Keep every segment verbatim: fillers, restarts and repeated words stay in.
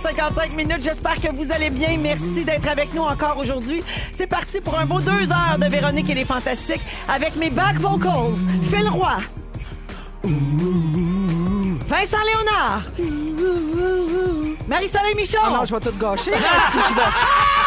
cinquante-cinq minutes. J'espère que vous allez bien. Merci d'être avec nous encore aujourd'hui. C'est parti pour un beau deux heures de Véronique et les Fantastiques avec mes back vocals. Phil Roy. Vincent Léonard. Marie-Soleil Michon. Oh non, je vais tout gâcher. Si je vais...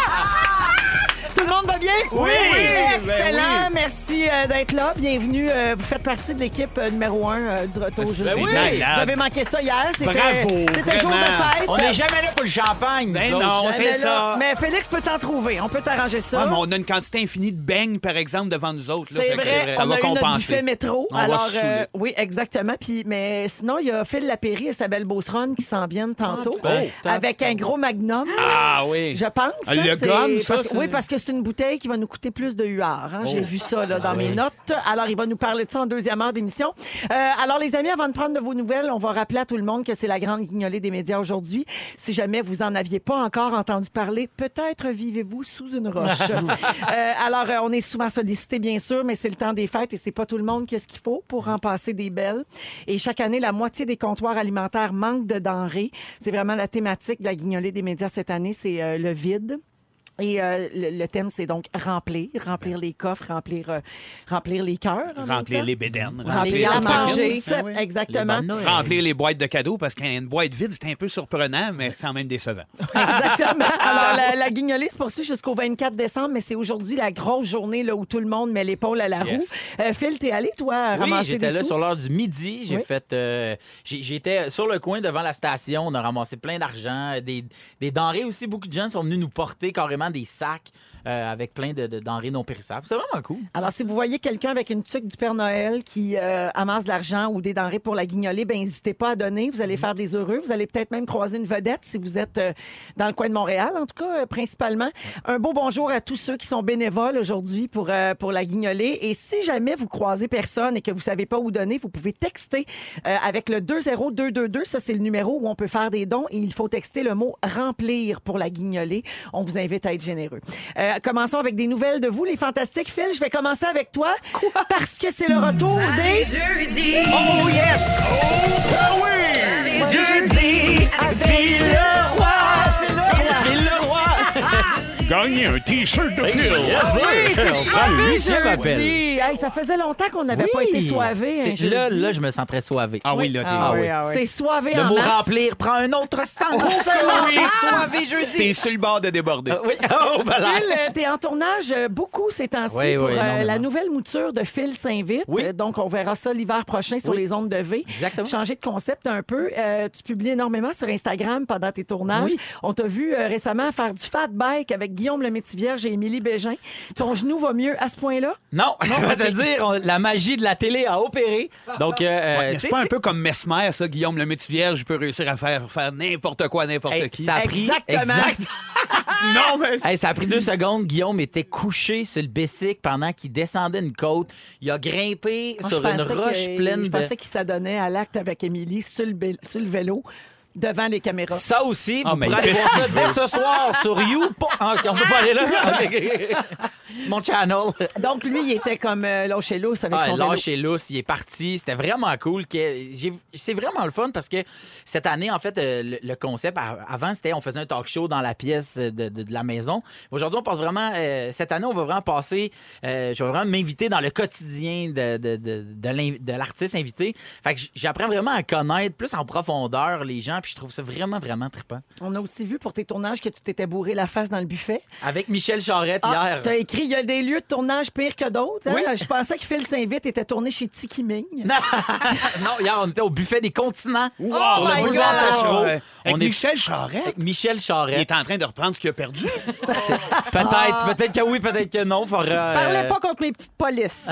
Tout le monde va bien? Oui! Excellent. Ben oui. Merci euh, d'être là. Bienvenue. Euh, vous faites partie de l'équipe euh, numéro un euh, du retour Ben aujourd'hui. oui. Vous avez manqué ça hier. C'était, Bravo, c'était jour de vraiment. fête. On n'est jamais là pour le champagne. Ben nous autres. non, Jamais c'est là. ça. Mais Félix peut t'en trouver. On peut t'arranger ça. Ouais, mais on a une quantité infinie de beignes, par exemple, devant nous autres. Là, C'est fait que vrai, ça on va a eu notre compenser. buffet métro. On va Alors, se saouler. oui, exactement. Puis, mais sinon, il y a Phil Lapéry et Isabelle Beauceron qui s'en viennent tantôt Ah, avec un gros magnum. Ah oui. Je pense. Ah, le hein, c'est- gomme, ça, parce- c'est- Oui, parce que c'est une bouteille qui va nous coûter plus de huard. Hein? J'ai vu ça là, dans Ah, mes oui. notes. Alors, il va nous parler de ça en deuxième heure d'émission. Euh, alors, les amis, avant de prendre de vos nouvelles, on va rappeler à tout le monde que c'est la grande guignolée des médias aujourd'hui. Si jamais vous en aviez pas encore entendu parler, peut-être vivez-vous sous une roche. Euh, alors, euh, on est souvent sollicité, bien sûr, mais c'est le temps des fêtes et c'est pas tout le monde qui a ce qu'il faut pour en passer des belles. Et chaque année, la moitié des comptoirs alimentaires manquent de denrées. C'est vraiment la thématique de la guignolée des médias cette année, c'est euh, le vide. Et euh, le, le thème, c'est donc remplir, remplir les coffres, remplir, euh, remplir les cœurs. en même Remplir temps. les bédaines. Remplir la les manger. Ben oui. Exactement. Les bonnes Remplir les boîtes de cadeaux, parce qu'une boîte vide, c'est un peu surprenant, mais c'est quand même décevant. Exactement. Alors, la, la guignolée se poursuit jusqu'au vingt-quatre décembre, mais c'est aujourd'hui la grosse journée là, où tout le monde met l'épaule à la roue. Yes. Euh, Phil, t'es allé, toi, à Oui, ramasser j'étais des là sous? sur l'heure du midi. J'ai Oui. fait. euh, j'ai- J'étais sur le coin devant la station. On a ramassé plein d'argent, des, des denrées aussi. Beaucoup de gens sont venus nous porter carrément des sacs euh, avec plein de, de denrées non périssables. C'est vraiment cool. Alors, si vous voyez quelqu'un avec une tuque du Père Noël qui euh, amasse de l'argent ou des denrées pour la guignolée, ben n'hésitez pas à donner. Vous allez faire des heureux. Vous allez peut-être même croiser une vedette si vous êtes euh, dans le coin de Montréal, en tout cas, euh, principalement. Un beau bonjour à tous ceux qui sont bénévoles aujourd'hui pour, euh, pour la guignolée. Et si jamais vous croisez personne et que vous savez pas où donner, vous pouvez texter euh, avec le deux zéro deux deux deux. Ça, c'est le numéro où on peut faire des dons et il faut texter le mot « remplir » pour la guignolée. On vous invite à être généreux. Euh, commençons avec des nouvelles de vous, les fantastiques. Phil, je vais commencer avec toi. Quoi? Parce que c'est le retour des... Jeudi. Oh yes! Oh, ben oui! Jeudi avec le roi. Phil Leroy! Gagner un T-shirt de Phil! Yes, sir. Oui, c'est On prend soivé Lucien jeudi. m'appelle. Hey, ça faisait longtemps qu'on n'avait pas été soivé. un C'est- jeudi. Là, là, je me sens très soivé. Ah oui, là, t'es... Ah oui. C'est soivé Le en mot masse. remplir prend un autre sens. Oh, oui. soivé jeudi. T'es sur le bord de déborder. Ah oui. Oh, ben là. Phil, euh, t'es en tournage euh, beaucoup ces temps-ci Oui, pour oui, euh, énormément. la nouvelle mouture de Phil s'invite. Oui. Euh, donc, on verra ça l'hiver prochain sur Oui. les ondes de V. Exactement. Changer de concept un peu. Euh, tu publies énormément sur Instagram pendant tes tournages. Oui. On t'a vu euh, récemment faire du fat bike avec Guillaume le Métivierge et Émilie Bégin. Ton genou va mieux à ce point-là? Non, on va te le dire, on- la magie de la télé a opéré. Donc, euh, Ouais, euh, c'est tu pas sais, un peu comme Mesmer, ça, Guillaume le Métivierge, peut réussir à faire, faire n'importe quoi à n'importe hey, qui. ça a pris Exactement. exact. Non, mais... Hey, ça a pris deux secondes. Guillaume était couché sur le bicycle pendant qu'il descendait une côte. Il a grimpé Moi, sur je une pensais roche que- pleine Je de... pensais qu'il s'adonnait à l'acte avec Émilie sur le, bé- sur le vélo devant les caméras. Ça aussi, Ah, vous mais pourrez il aller fait voir ce ça qu'il dès veut. ce soir sur You. Ah, OK, on peut pas aller là? OK. C'est mon channel. Donc, lui, il était comme euh, lâché lousse avec Ah, son vélo. lâché lousse, il est parti. C'était vraiment cool. Que j'ai- C'est vraiment le fun parce que cette année, en fait, euh, le, le concept, à- avant, c'était on faisait un talk show dans la pièce de, de- de la maison. Aujourd'hui, on passe vraiment... euh, cette année, on va vraiment passer... euh, je vais vraiment m'inviter dans le quotidien de, de, de, de l'in- de l'artiste invité. Fait que j- j'apprends vraiment à connaître plus en profondeur les gens, puis je trouve ça vraiment, vraiment trippant. On a aussi vu pour tes tournages que tu t'étais bourré la face dans le buffet. Avec Michel Charette Ah, hier. t'as écrit « Il y a des lieux de tournage pires que d'autres. hein? Oui. Je pensais que Phil s'invite était tourné chez Tiki Ming. non, hier, on était au buffet des continents Wow! sur le my boulevard God! Tachereau. Ouais. On Avec est Michel Charette, avec Michel il Charette. est en train de reprendre ce qu'il a perdu. Peut-être, peut-être que oui, peut-être que non. Faudra, euh, Parlez pas contre mes petites polices.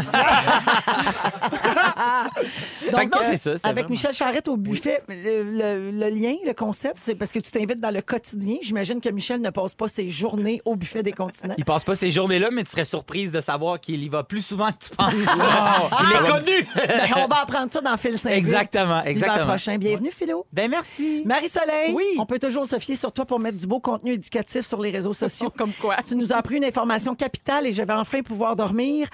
Fait que non, c'est ça, c'était Avec vraiment- Michel Charette au buffet, le, le- le lien, le concept, c'est parce que tu t'invites dans le quotidien. J'imagine que Michel ne passe pas ses journées au buffet des continents. Il passe pas ces journées-là, mais tu serais surprise de savoir qu'il y va plus souvent que tu penses. Il est connu! Ben, on va apprendre ça dans Phil Saint-Vite. Exactement, L'hiver exactement. prochain. Bienvenue, Philo. Ben merci. Marie-Soleil, Oui. on peut toujours se fier sur toi pour mettre du beau contenu éducatif sur les réseaux sociaux. Comme quoi? Tu nous as appris une information capitale et je vais enfin pouvoir dormir.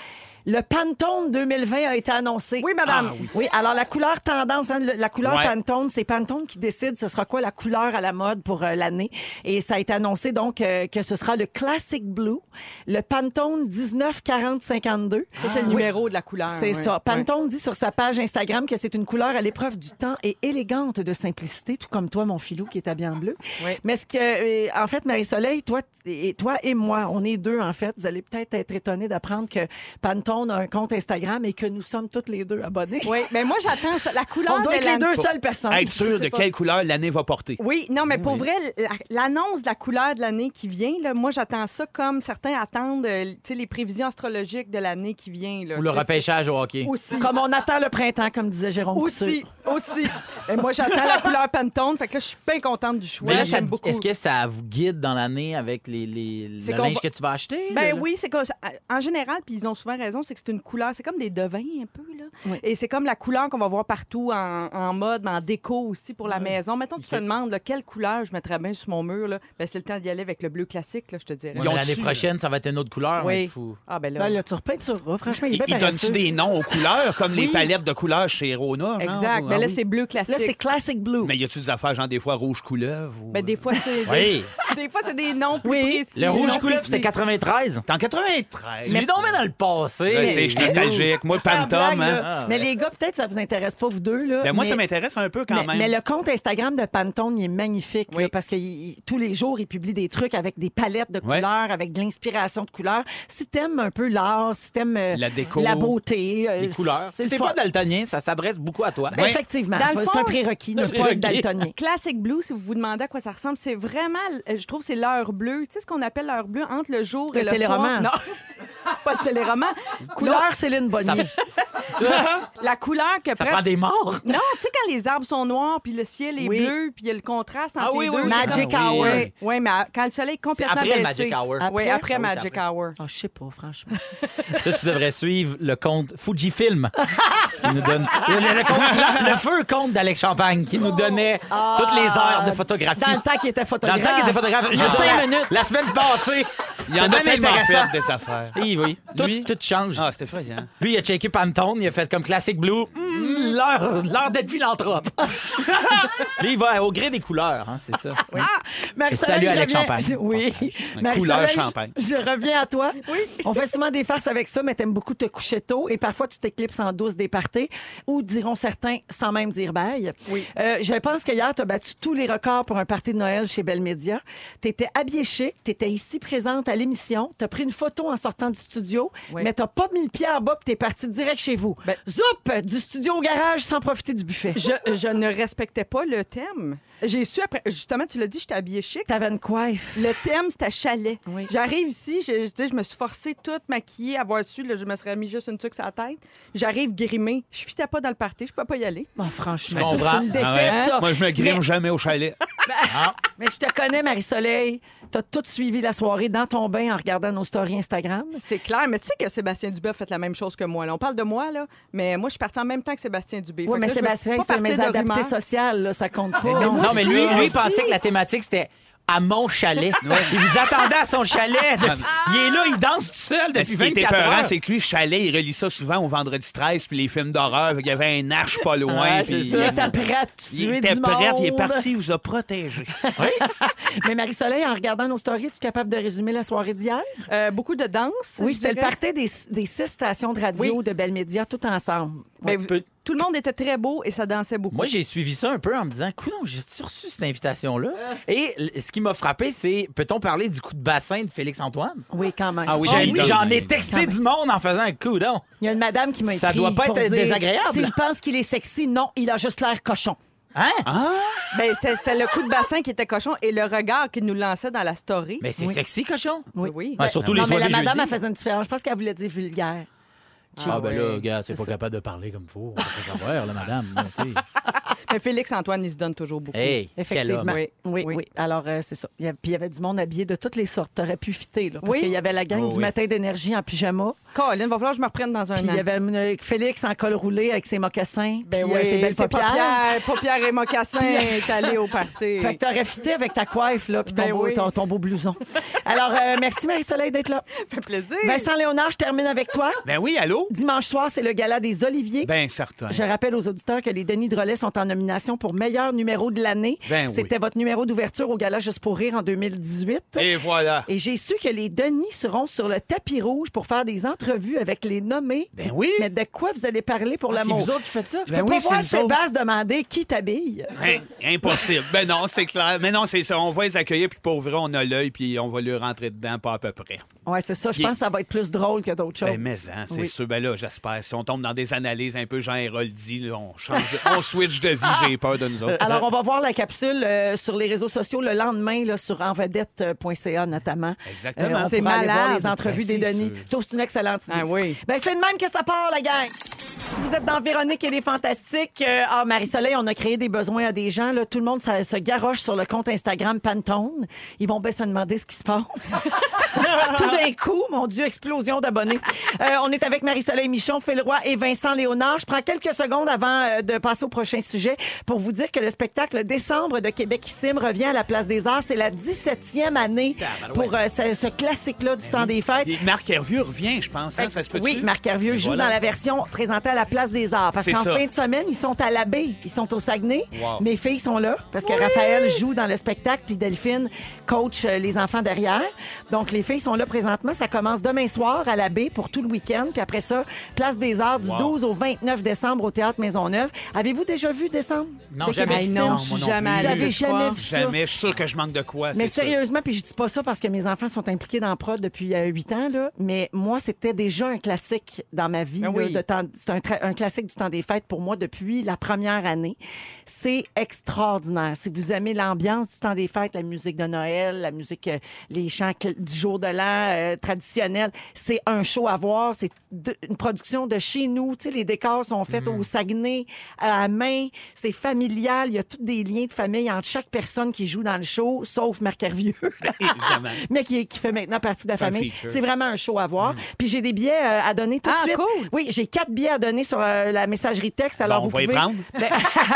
Le Pantone deux mille vingt a été annoncé. Oui, madame. Ah, oui. Oui, alors la couleur tendance, hein, le- la couleur Ouais. Pantone, c'est Pantone qui décide ce sera quoi la couleur à la mode pour euh, l'année. Et ça a été annoncé donc euh, que ce sera le Classic Blue, le Pantone dix-neuf quarante cinquante-deux. Ça, c'est le numéro de la couleur. C'est ouais. ça. Pantone dit sur sa page Instagram que c'est une couleur à l'épreuve du temps et élégante de simplicité, tout comme toi, mon filou, qui est habillé en bleu. Oui. Mais ce que, euh, en fait, Marie-Soleil, toi et, toi et moi, on est deux, en fait. Vous allez peut-être être étonnés d'apprendre que Pantone a un compte Instagram et que nous sommes toutes les deux abonnés. Oui, mais moi, j'attends ça. La couleur On doit de être les l'année. deux seules personnes. Être sûr de sais pas. quelle couleur l'année va porter. Oui, non, mais pour Oui. vrai, la- l'annonce de la couleur de l'année qui vient, là, moi, j'attends ça comme certains attendent euh, tu sais, les prévisions astrologiques de l'année qui vient. Là, Ou le Tu sais, repêchage au hockey. c'est- Aussi. Comme on attend le printemps, comme disait Jérôme Aussi, Couture. aussi. Et moi, j'attends la couleur Pantone. Fait que là, je suis bien contente du choix. Mais là, ça- J'aime beaucoup. est-ce que ça vous guide dans l'année avec les, les, C'est le qu'on linge va- que tu vas acheter? Ben là? oui, c'est comme ça. En général, puis ils ont souvent raison, c'est que c'est une couleur, c'est comme des devins un peu, là. Oui. Et c'est comme la couleur qu'on va voir partout en, en mode, mais en déco aussi pour la maison. Mettons, tu te demandes là, quelle couleur je mettrais bien sur mon mur, là. Ben, c'est le temps d'y aller avec le bleu classique, là, je te dirais. Ouais, Ils ont mais l'année dessus, prochaine, ça va être une autre couleur. Oui. mais fou. Ah, ben là. Ben, là, tu repeintureras. Franchement, il est Ils bien ils donnent-tu paresseux. des noms aux couleurs, comme les Oui. palettes de couleurs chez Rona? genre? exact. Ah Ben là, oui. c'est bleu classique. Là, c'est Classic Blue. Mais y a-tu des affaires, genre des fois rouge couleuvre? Ou... Ben, des fois, c'est Oui. des... des fois, c'est des noms plus Oui. précis. Le rouge Non, couleuvre, précis. c'était quatre-vingt-treize. T'es en quatre-vingt-treize. Tu vis donc bien dans le passé. Je sais, je suis nostalgique. Moi, Sans blague, Pantone, là. hein? Ah, Mais ouais. les gars, peut-être ça vous intéresse pas, vous deux. Là, Ben, moi, mais- ça m'intéresse un peu quand mais, même. mais le compte Instagram de Pantone, il est magnifique Oui. là, parce que il- tous les jours, il publie des trucs avec des palettes de Ouais. couleurs, avec de l'inspiration de couleurs. Si t'aimes un peu l'art, si t'aimes euh, La déco. la beauté, euh, Les couleurs. c'est Si t'es le pas fun. daltonien, ça s'adresse beaucoup à toi. Ben, Ouais. Effectivement, Dans le c'est un fond- prérequis, ne Un pas être prérequis. daltonien. Classic Blue, si vous vous demandez à quoi ça ressemble, c'est vraiment, euh, je trouve, c'est l'heure bleue. Tu sais ce qu'on appelle l'heure bleue entre le jour Le et le téléroman. soir? Non, pas le téléroman. Couleur Céline Bonnier. La couleur que Ça prend... prend des morts. Non, tu sais, quand les arbres sont noirs, puis le ciel est Oui. bleu, puis il y a le contraste entre Ah oui, les oui, deux. oui. c'est Magic comme- Hour. Oui, oui, mais à- quand le soleil est complètement après le baissé. Magic Hour. Oui, Après? après Ah oui, c'est Magic après. Hour. Ah, je sais pas, franchement. Ça, tu devrais suivre le compte Fujifilm. qui nous donne... le, le compte- le feu compte d'Alex Champagne qui nous donnait toutes les heures de photographie. Dans le temps qu'il était Dans photographe. le temps qu'il était photographe. Il y a Je cinq dirais, minutes. La semaine passée. Il y en c'était a bien tellement intéressant. fait des affaires. Oui, oui. Tout, Lui? tout change. Ah, c'était effrayant. Lui, il a checké Pantone, il a fait comme Classic Blue. Hmm, l'heure, l'heure d'être philanthrope. Lui, il va au gré des couleurs, hein, c'est ça. Oui. Marie-Soleil, Salut, je Alex reviens- Champagne. Oui. Un Marie-Soleil, couleur je- champagne. Je reviens à toi. Oui. On fait souvent des farces avec ça, mais t'aimes beaucoup te coucher tôt et parfois tu t'éclipses en douce des parties ou diront certains sans même dire bye. Oui. Euh, je pense que hier, tu as battu tous les records pour un party de Noël chez Bell Media. Tu étais habillée chic, tu étais ici présente à l'émission, tu as pris une photo en sortant du studio, Oui. mais tu pas mis le pied en bas puis tu es parti direct chez vous. Ben- Zoup! Du studio au garage sans profiter du buffet. Je, je ne respectais pas le thème. J'ai su après. Justement, tu l'as dit, j'étais habillée chic. T'avais une coiffe. Le thème, c'était chalet. Oui. J'arrive ici, je, je, tu sais, je me suis forcée toute maquillée, avoir su, là, je me serais mis juste une tuque sur la tête. J'arrive grimée. Je fitais pas dans le party, je peux pas y aller. Bon, franchement, Je ça, comprends. c'est une défaite, Ah ouais? ça. Moi, je me grime Mais- jamais au chalet. Mais je te connais, Marie-Soleil. T'as tout suivi la soirée dans ton bain en regardant nos stories Instagram. C'est clair, mais tu sais que Sébastien Dubé a fait la même chose que moi. Là. On parle de moi, là, mais moi, je suis partie en même temps que Sébastien Dubé. Oui, Fait mais que là, je veux Sébastien, pas c'est mes partir de adaptés rumeurs. sociales, là, ça compte pas. non, Non, mais lui, ça lui aussi. pensait que la thématique, c'était à mon chalet. Il vous attendait à son chalet. depuis- Il est là, il danse tout seul Mais depuis ce qui était vingt-quatre peurant, heures. c'est que lui, chalet, il relie ça souvent au vendredi treize puis les films d'horreur. Il y avait un arche pas loin. Ouais, puis c'est ça. Il était prêt à tuer Il était du prêt, monde. il est parti, il vous a protégé. Mais Marie-Soleil, en regardant nos stories, es-tu capable de résumer la soirée d'hier? Euh, beaucoup de danse. Oui, je c'était le dirais. party des, des six stations de radio Oui. de Bell Media, tout ensemble. Ben, Ouais, peu- tout le monde était très beau et ça dansait beaucoup. Moi, j'ai suivi ça un peu en me disant, coudonc, j'ai-tu reçu cette invitation-là? Et l- ce qui m'a frappé, c'est, peut-on parler du coup de bassin de Félix-Antoine? Oui, quand même. Ah oui, J'ai- Oh, oui. J'en ai Quand texté même. du monde en faisant un coudonc. Il y a une madame qui m'a écrit Ça doit pas pour être dire, désagréable. S'il pense qu'il est sexy, non, il a juste l'air cochon. Hein? Ben, c'était c'était le coup de bassin qui était cochon et le regard qu'il nous lançait dans la story. Mais c'est Oui. sexy, cochon. oui. oui. Ah, surtout non, les mais la soirées madame, jeudi. elle faisait une différence. Je pense qu'elle voulait dire vulgaire. Ah, ben ouais. là, gars, c'est C'est pas ça. capable de parler comme faut. On peut savoir, la madame. là, tu sais. Mais Félix-Antoine, il se donne toujours beaucoup. Hey, quel Effectivement. homme. Oui. Oui, oui. Oui. Alors, euh, c'est ça. Il y avait- Puis il y avait du monde habillé de toutes les sortes. T'aurais pu fitter, là. Parce Oui. qu'il y avait la gang Oh, du oui. matin d'énergie en pyjama. Colin, va falloir que je me reprenne dans un Puis il an. y avait euh, Félix en col roulé avec ses mocassins. Ben puis euh, oui, ses belles c'est paupières. paupières. Paupières et mocassins est allé au party. Fait que t'aurais fité avec ta coiffe, là, puis ton, Ben beau, oui. ton, ton beau blouson. Alors, euh, merci Marie-Soleil d'être là. Ça fait plaisir. Vincent Léonard, je termine avec toi. Ben oui, allô? Dimanche soir, c'est le gala des Oliviers. Ben certain. Je rappelle aux auditeurs que les Denis Drolet sont en nomination pour meilleur numéro de l'année. Ben oui. C'était votre numéro d'ouverture au gala Juste pour rire en deux mille dix-huit. Et voilà. Et j'ai su que les Denis seront sur le tapis rouge pour faire des entrevues avec les nommés. Ben oui. Mais de quoi vous allez parler pour Ah, c'est l'amour? vous autres qui faites ça? Je Ben peux oui, pas c'est voir nous autres. Sébastien demander qui t'habille. Hein, impossible. Ben non, c'est clair. Mais non, c'est ça. On va les accueillir, puis pour vrai, on a l'œil, puis on va lui rentrer dedans, pas à peu près. Ouais, c'est ça. Je Il- pense que ça va être plus drôle que d'autres choses. Ben, mais hein, c'est Oui. sûr. Ben là, j'espère. Si on tombe dans des analyses un peu Jean Héroldi, là, on change, de- on switch de vie. J'ai peur de nous autres. Alors, on va voir la capsule euh, sur les réseaux sociaux le lendemain, là, sur envedette point c a notamment. Exactement. on C'est pourra aller voir malade. les entrevues Ben, des c'est Denis. sûr. Je trouve que c'est une excellente idée. Ah oui. Ben, c'est de même que ça part, la gang. Vous êtes dans Véronique et les Fantastiques. Euh, ah, Marie-Soleil, on a créé des besoins à des gens. Là. Tout le monde ça, se garoche sur le compte Instagram Pantone. Ils vont bien se demander ce qui se passe. Tout d'un coup, mon Dieu, explosion d'abonnés. Euh, on est avec Marie-Soleil Michon, Phil Roy et Vincent Léonard. Je prends quelques secondes avant euh, de passer au prochain sujet pour vous dire que le spectacle Décembre de Québecissime revient à la Place des Arts. C'est la dix-septième année pour euh, ce, ce classique-là du temps des fêtes. Et Marc Hervieux revient, je pense. Hein, ça se peut-tu? Oui, Marc Hervieux Et joue voilà. dans la version présentée à la Place des Arts. Parce C'est qu'en ça. fin de semaine, ils sont à la baie. Ils sont au Saguenay. Wow. Mes filles sont là parce que Raphaël joue dans le spectacle puis Delphine coach euh, les enfants derrière. Donc, les filles sont là présentement. Ça commence demain soir à la baie pour tout le week-end. Puis après ça, Place des Arts du Wow. douze au vingt-neuf décembre au Théâtre Maisonneuve. Avez-vous déjà vu Décembre? Non, de jamais. Québec-Cime? Hey, non, Non, je moi suis non jamais plus. allée. Vous avez le jamais soir. vu ça? Jamais. Je suis sûr que je manque de quoi. Mais c'est sûr. sérieusement, puis je dis pas ça parce que mes enfants sont impliqués dans la prod depuis euh, huit ans, là, mais moi, c'était déjà un classique dans ma vie. Ah là, oui. de temps- c'est un, tra- un classique du temps des fêtes pour moi depuis la première année. C'est extraordinaire. Si vous aimez l'ambiance du temps des fêtes, la musique de Noël, la musique, euh, les chants cl- du jour de l'an euh, traditionnels, c'est un show à voir. C'est de- une production de chez nous. Tu sais, les décors sont faits au Saguenay, à la main. C'est familial. Il y a tous des liens de famille entre chaque personne qui joue dans le show, sauf Marc Hervieux. Évidemment. mais qui, qui fait maintenant partie de la C'est un famille. feature. C'est vraiment un show à voir. Puis j'ai des billets euh, à donner tout Ah, de suite. cool. Oui, j'ai quatre billets à donner sur euh, la messagerie texte. Alors Bon, on vous va y pouvez... prendre. Ben,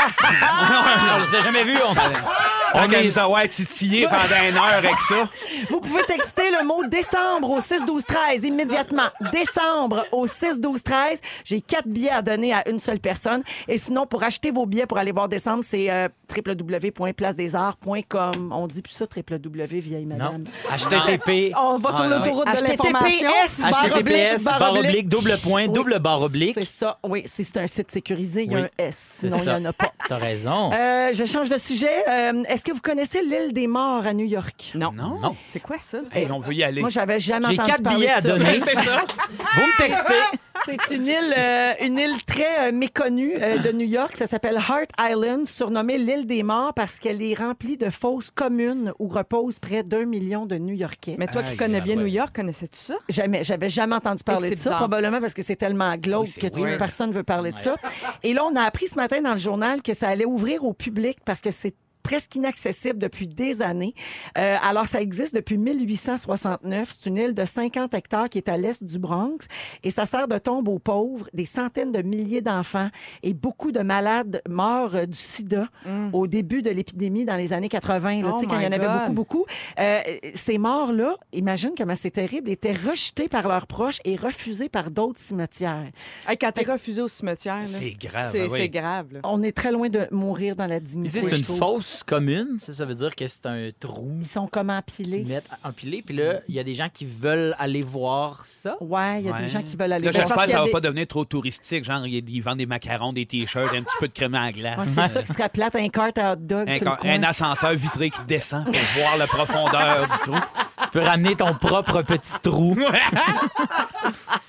Non, je l'ai jamais vu. On... On va nous avoir titillé pendant une heure avec ça. vous pouvez texter le mot décembre au six douze treize immédiatement. Décembre au six douze treize. J'ai quatre billets à donner à une seule personne. Et sinon, pour acheter vos billets pour aller voir décembre, c'est euh, w w w point place des arts point com. On dit plus ça, w w w, vieille Non. madame. H T T P. On va sur Ah, non. l'autoroute de H T T P l'information. S H T T P S, barre oblique, double point, Oui. double barre oblique. C'est ça. Oui, si c'est un site sécurisé, il y a Oui. un S. Sinon, il n'y ça. en a pas. T'as raison. Euh, je change de sujet. Euh, Est-ce que vous connaissez l'île des Morts à New York? Non. Non. Non. C'est quoi ça? Hey, on veut y aller. Moi, j'avais jamais J'ai entendu quatre parler billets de à ça. donner. C'est ça. Vous me textez. C'est une île, euh, une île très euh, méconnue euh, de New York. Ça s'appelle Hart Island, surnommée l'île des Morts parce qu'elle est remplie de fausses communes où reposent près d'un million de New-Yorkais. Mais toi qui Aïe, connais bien ouais. New York, connaissais-tu ça? Jamais, j'avais jamais entendu parler Et de que c'est ça, bizarre. probablement parce que c'est tellement glauque Oui, c'est que tu, weird. personne ne veut parler de ça. Et là, on a appris ce matin dans le journal que ça allait ouvrir au public parce que c'est presque inaccessible depuis des années. Euh, alors, ça existe depuis mille huit cent soixante-neuf. C'est une île de cinquante hectares qui est à l'est du Bronx et ça sert de tombe aux pauvres, des centaines de milliers d'enfants et beaucoup de malades morts euh, du sida au début de l'épidémie dans les années quatre-vingt, là, Oh tu sais, quand il y en my avait God. beaucoup, beaucoup. Euh, ces morts-là, imagine comment c'est terrible, étaient rejetés par leurs proches et refusés par d'autres cimetières. Hey, quand t'es refusé au cimetière, là, C'est grave, c'est oui. c'est grave. là. On est très loin de mourir dans la Puis dignité. tu sais, c'est je une trouve. fausse commune. Ça, ça veut dire que c'est un trou Ils sont comme empilés. qu'ils mettent empilé. Puis là, il y a des gens qui veulent aller voir ça. Ouais, il y a Ouais. des gens qui veulent aller Là, voir. j'espère parce que ça qu'il y a va des- pas devenir trop touristique. Genre, ils ils vendent des macarons, des t-shirts, un petit peu de crème à glace. Ouais, c'est ça qui serait plate, un cart à hot dog Un, sur le coin. un ascenseur vitré qui descend pour voir la profondeur du trou. Tu peux ramener ton propre petit trou.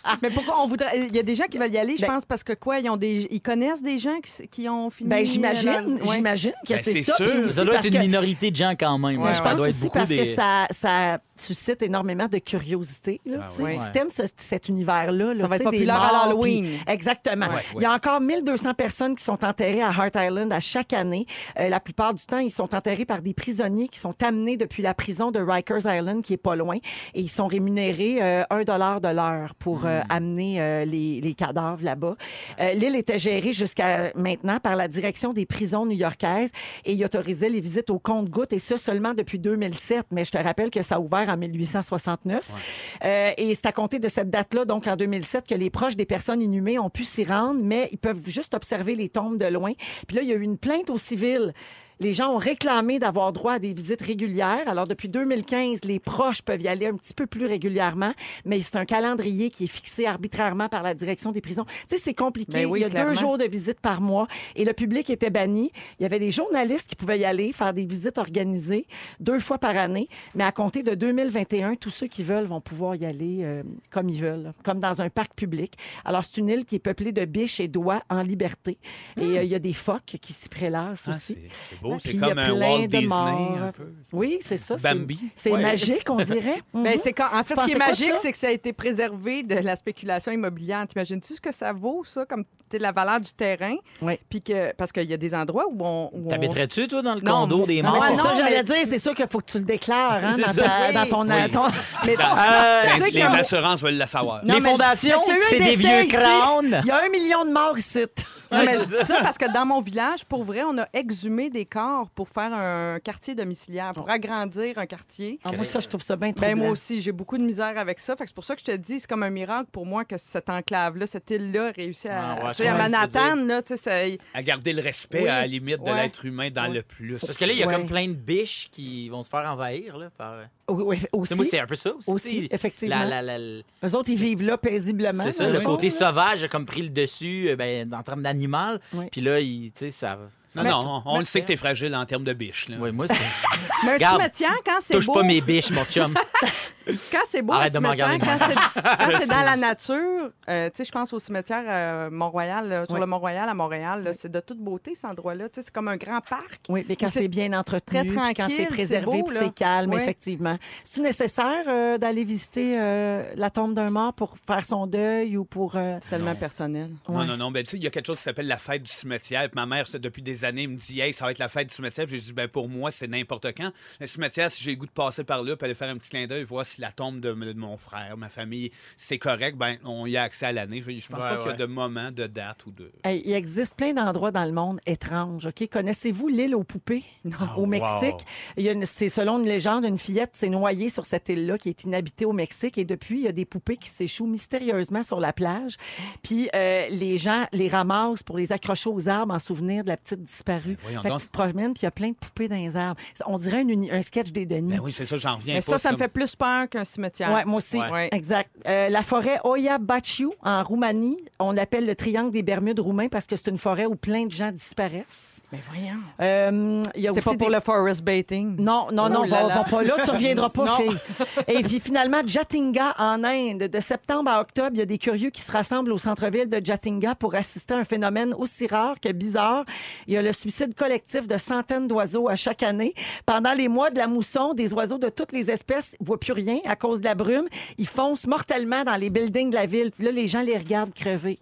Mais pourquoi on voudrait. Il y a des gens qui veulent y aller, je Ben- pense, parce que quoi? Ils, ont des... ils connaissent des gens qui, qui ont fini. Ben, j'imagine, leur- Ouais. j'imagine que Ben, c'est c'est ça. sûr. Puis aussi Ça doit parce être une que- minorité de gens quand même. Mais là. je Ça pense doit être aussi beaucoup parce des- que ça, ça suscite énormément de curiosité. Là, Ah tu sais. oui. Si t'aimes ce- cet univers-là, là, Ça va tu être sais, des populaire à morts, l'Halloween. puis- Exactement. Ouais, Il y a encore mille deux cents personnes qui sont enterrées à Hart Island à chaque année. Euh, la plupart du temps, ils sont enterrés par des prisonniers qui sont amenés depuis la prison de Rikers Island, qui est pas loin, et ils sont rémunérés euh, un dollar de l'heure pour euh, amener euh, les, les cadavres là-bas. Euh, L'île était gérée jusqu'à maintenant par la direction des prisons new-yorkaises et ils autorisaient les visites au compte-gouttes, et ça seulement depuis deux mille sept. Mais je te rappelle que ça a ouvert en mille huit cent soixante-neuf. Euh, et c'est à compter de cette date-là, donc en deux mille sept, que les proches des personnes inhumées ont pu s'y rendre, mais ils peuvent juste observer les tombes de loin. Puis là, il y a eu une plainte au civil. Les gens ont réclamé d'avoir droit à des visites régulières. Alors, depuis deux mille quinze, les proches peuvent y aller un petit peu plus régulièrement, mais c'est un calendrier qui est fixé arbitrairement par la direction des prisons. Tu sais, c'est compliqué. Ben oui, Il y a clairement. deux jours de visite par mois et le public était banni. Il y avait des journalistes qui pouvaient y aller, faire des visites organisées deux fois par année, mais à compter de deux mille vingt et un, tous ceux qui veulent vont pouvoir y aller euh, comme ils veulent, là, comme dans un parc public. Alors, c'est une île qui est peuplée de biches et d'oies en liberté. Et euh, il y a des phoques qui s'y prélassent Ah, aussi. c'est c'est beau, Puis c'est il y a comme un plein Walt de Disney morts. un peu. Oui, c'est ça. c'est- Bambi. C'est Ouais. magique, on dirait. Ben, Mhm. c'est quand... En fait, ce Pensez qui est quoi de magique, ça? c'est que ça a été préservé de la spéculation immobilière. T'imagines-tu ce que ça vaut, ça, comme t'sais, la valeur du terrain? Oui. Puis que... Parce qu'il y a des endroits où on... où on- T'habiterais-tu, toi, dans le Non, condo moi- des Non, mais morts? c'est non, ça, j'allais mais- dire. C'est sûr qu'il faut que tu le déclares hein, C'est dans, ça, ta- oui. dans ton... Oui. ton- Mais Dans- Euh, Ben, sais les que- assurances veulent la savoir. Non, les mais- fondations, Est-ce qu'il y a eu un c'est des décès vieux ici? crânes. il y a un million de morts ici. Non, mais je dis ça parce que dans mon village, pour vrai, on a exhumé des corps pour faire un quartier domiciliaire, pour agrandir un quartier. Ah, moi, ça, je trouve ça bien trop Ben, moi aussi, j'ai beaucoup de misère avec ça. Fait que c'est pour ça que je te dis, c'est comme un miracle pour moi que cette enclave-là, cette île-là, a réussi à. Ah ouais, tu sais, à je comprends ce que tu Manhattan, là, tu sais, ça- À garder le respect Oui. à la limite de Ouais. l'être humain dans Ouais. le plus. Parce que là, il y a Ouais. comme plein de biches qui vont se faire envahir. Là, par... Oui, oui, Tu aussi. sais, moi, c'est un peu ça aussi. Aussi, tu sais. effectivement. La- la- la- Eux autres, ils vivent là paisiblement. C'est ça, dans le fond, côté là. sauvage a comme pris le dessus euh, ben, en termes d'animal. Oui. Puis là, il- tu sais, ça. ça- Non, non, on, on le sait que t'es fragile en termes de biche. Là. Oui, moi, c'est. Mais un Regarde, cimetière, quand c'est Touche beau. pas mes biches, mon chum. Quand c'est beau, Arrête un de me cimetière, regarder quand de c'est, quand Je c'est sais. dans la nature, euh, tu sais, je pense au cimetière euh, Mont-Royal, là, sur Oui. le Mont-Royal à Montréal, là, c'est de toute beauté, cet endroit-là. Tu sais, c'est comme un grand parc. Oui, mais quand C'est c'est bien entretenu, très puis quand tranquille, c'est c'est préservé, beau, puis là. c'est calme, Ouais. effectivement. C'est-tu nécessaire euh, d'aller visiter euh, la tombe d'un mort pour faire son deuil ou pour... euh, C'est tellement personnel. Non, Ouais. non, non. Ben, tu sais, il y a quelque chose qui s'appelle la fête du cimetière. Puis ma mère, c'est depuis des années, me dit, hey, ça va être la fête du cimetière. Puis j'ai dit, ben, pour moi, c'est n'importe quand. Le cimetière, si j'ai le goût de passer par là, puis aller faire un petit clin d'œil, voir si la tombe de, de mon frère, ma famille, c'est correct, ben, on y a accès à l'année. Je pense Ouais, pas qu'il y a ouais. de moment, de date ou de. Hey, il existe plein d'endroits dans le monde étranges. Ok, connaissez-vous l'île aux poupées au wow. Mexique? Il y a une- c'est selon une légende, une fillette s'est noyée sur cette île-là qui est inhabitée au Mexique et depuis, il y a des poupées qui s'échouent mystérieusement sur la plage. Puis euh, les gens les ramassent pour les accrocher aux arbres en souvenir de la petite disparue. voyons Fait que donc. tu te promènes puis il y a plein de poupées dans les arbres. On dirait un, uni- un sketch des Denis. Ben oui, c'est ça, j'en reviens Mais pas. ça, c'est ça me comme- fait plus peur qu'un cimetière. Oui, moi aussi. Ouais. Exact. Euh, la forêt Oia Baciu, en Roumanie, on l'appelle le triangle des Bermudes roumains parce que c'est une forêt où plein de gens disparaissent. Mais voyons. Euh, il y a C'est aussi pas pour des- le forest baiting. Non, non, non, Oh là va, là. va pas là, tu reviendras pas, Non. fille. Et puis finalement, Jatinga, en Inde, de septembre à octobre, il y a des curieux qui se rassemblent au centre-ville de Jatinga pour assister à un phénomène aussi rare que bizarre. Il y a le suicide collectif de centaines d'oiseaux à chaque année. Pendant les mois de la mousson, des oiseaux de toutes les espèces ne voient plus rien à cause de la brume. Ils foncent mortellement dans les buildings de la ville. Puis là, les gens les regardent crever.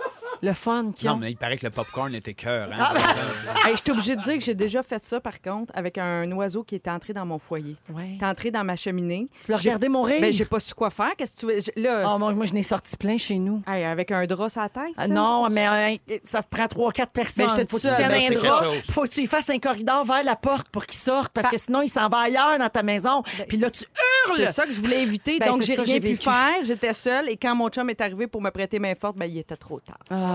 Le fun qu'ils Non, ont. mais il paraît que le popcorn était cœur. Hein, Ah, par ben- exemple. Hey, je suis obligée de dire que j'ai déjà fait ça, par contre, avec un oiseau qui était entré dans mon foyer. Ouais. Il est entré dans ma cheminée. Tu l'as regardé mourir? Ben, j'ai pas su quoi faire. Qu'est-ce que tu veux? Je- Là, Ah, moi, moi, je n'ai sorti plein chez nous. hey, avec un drap sur la tête. Ah, ça? non, mais euh, ça te prend trois, quatre personnes. Ben, je te faut que dis tu ça, tiennes ben, un c'est drap. quelque chose. Faut que tu y fasses un corridor vers la porte pour qu'il sorte, parce Pa- que sinon, il s'en va ailleurs dans ta maison. Puis là, tu hurles. C'est ça que je voulais éviter. Ben, donc, c'est j'ai ça, rien j'ai pu vécu. faire. J'étais seule. Et quand mon chum est arrivé pour me prêter main forte, ben, il était trop tard.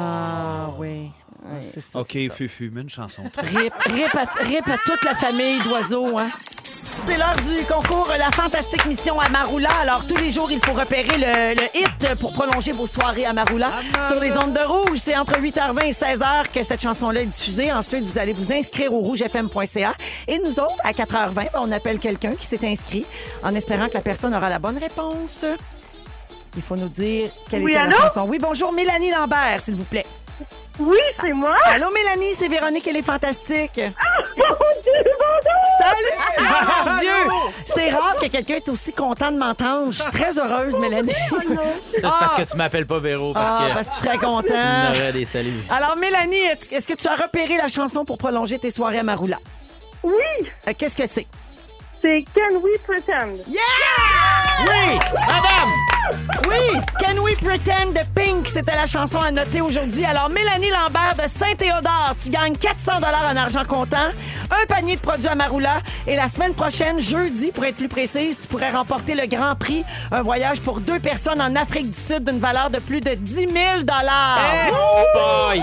Ah, oui. Ah, c'est ça. OK, Fufu, mets une chanson. Rip, rip, à, rip à toute la famille d'oiseaux, hein. C'est l'heure du concours La Fantastique Mission à Maroula. Alors, tous les jours, il faut repérer le, le hit pour prolonger vos soirées à Maroula. Sur les ondes de Rouge, c'est entre huit heures vingt et seize heures que cette chanson-là est diffusée. Ensuite, vous allez vous inscrire au rouge f m point c a. Et nous autres, à quatre heures vingt, ben, on appelle quelqu'un qui s'est inscrit en espérant que la personne aura la bonne réponse. Il faut nous dire quelle Oui, était allô? la chanson. Oui, bonjour, Mélanie Lambert, s'il vous plaît. Oui, c'est moi. Allô, Mélanie, c'est Véronique, elle est fantastique. Mon Dieu, bonjour. Salut! Ah, mon Dieu! C'est rare que quelqu'un est aussi content de m'entendre. Je suis très heureuse, Mélanie. Oh non. Ça, c'est parce que tu m'appelles pas Véro, parce Ah, que parce que tu serais tu content. m'aurais des saluts. Alors, Mélanie, est-ce que tu as repéré la chanson pour prolonger tes soirées à Maroula? Oui, Euh, Qu'est-ce que c'est? c'est Can We Pretend. Oui! Madame! Oui! Can We Pretend de Pink, c'était la chanson à noter aujourd'hui. Alors, Mélanie Lambert de Saint-Théodore, tu gagnes quatre cents dollars en argent comptant, un panier de produits à Maroula, et la semaine prochaine, jeudi, pour être plus précise, tu pourrais remporter le grand prix, un voyage pour deux personnes en Afrique du Sud d'une valeur de plus de dix mille dollars. Oh boy!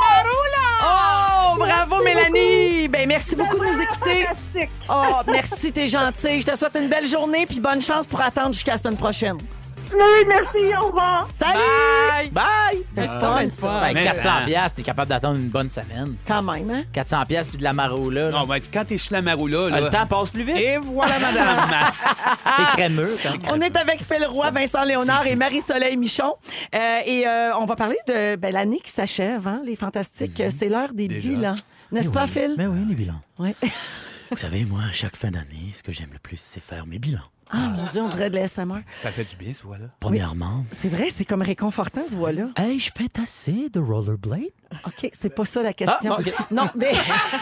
Oh, bravo, Mélanie! Ben, merci beaucoup de nous écouter. Fantastique. Oh, merci, t'es gentil. Je te souhaite une belle journée puis bonne chance pour attendre jusqu'à la semaine prochaine. Oui, merci, au revoir. Salut! Bye! Bye! C'est fun, ça. Ben, Mais quatre cents ça- piastres, t'es capable d'attendre une bonne semaine. Quand même, hein? quatre cents piastres puis de la Maroula. là. Non, ben, quand t'es sur la Maroula, Ah, là. le temps passe plus vite. Et voilà, madame. C'est crémeux. Quand... On est avec Phil Roy, Vincent Léonard et Marie-Soleil Michon. Euh, et euh, on va parler de ben, l'année qui s'achève, hein, les Fantastiques. C'est l'heure des Déjà. bilans. N'est-ce pas, Phil? Mais oui, les bilans. Oui. Vous savez, moi, chaque fin d'année, ce que j'aime le plus, c'est faire mes bilans. Ah, mon Dieu, on dirait de l'A S M R. Ça fait du bien, ce voix-là. Premièrement, C'est vrai, c'est comme réconfortant, ce voix-là. ai-je fait assez de rollerblade? OK, c'est pas ça la question. Ah, OK. Non, mais...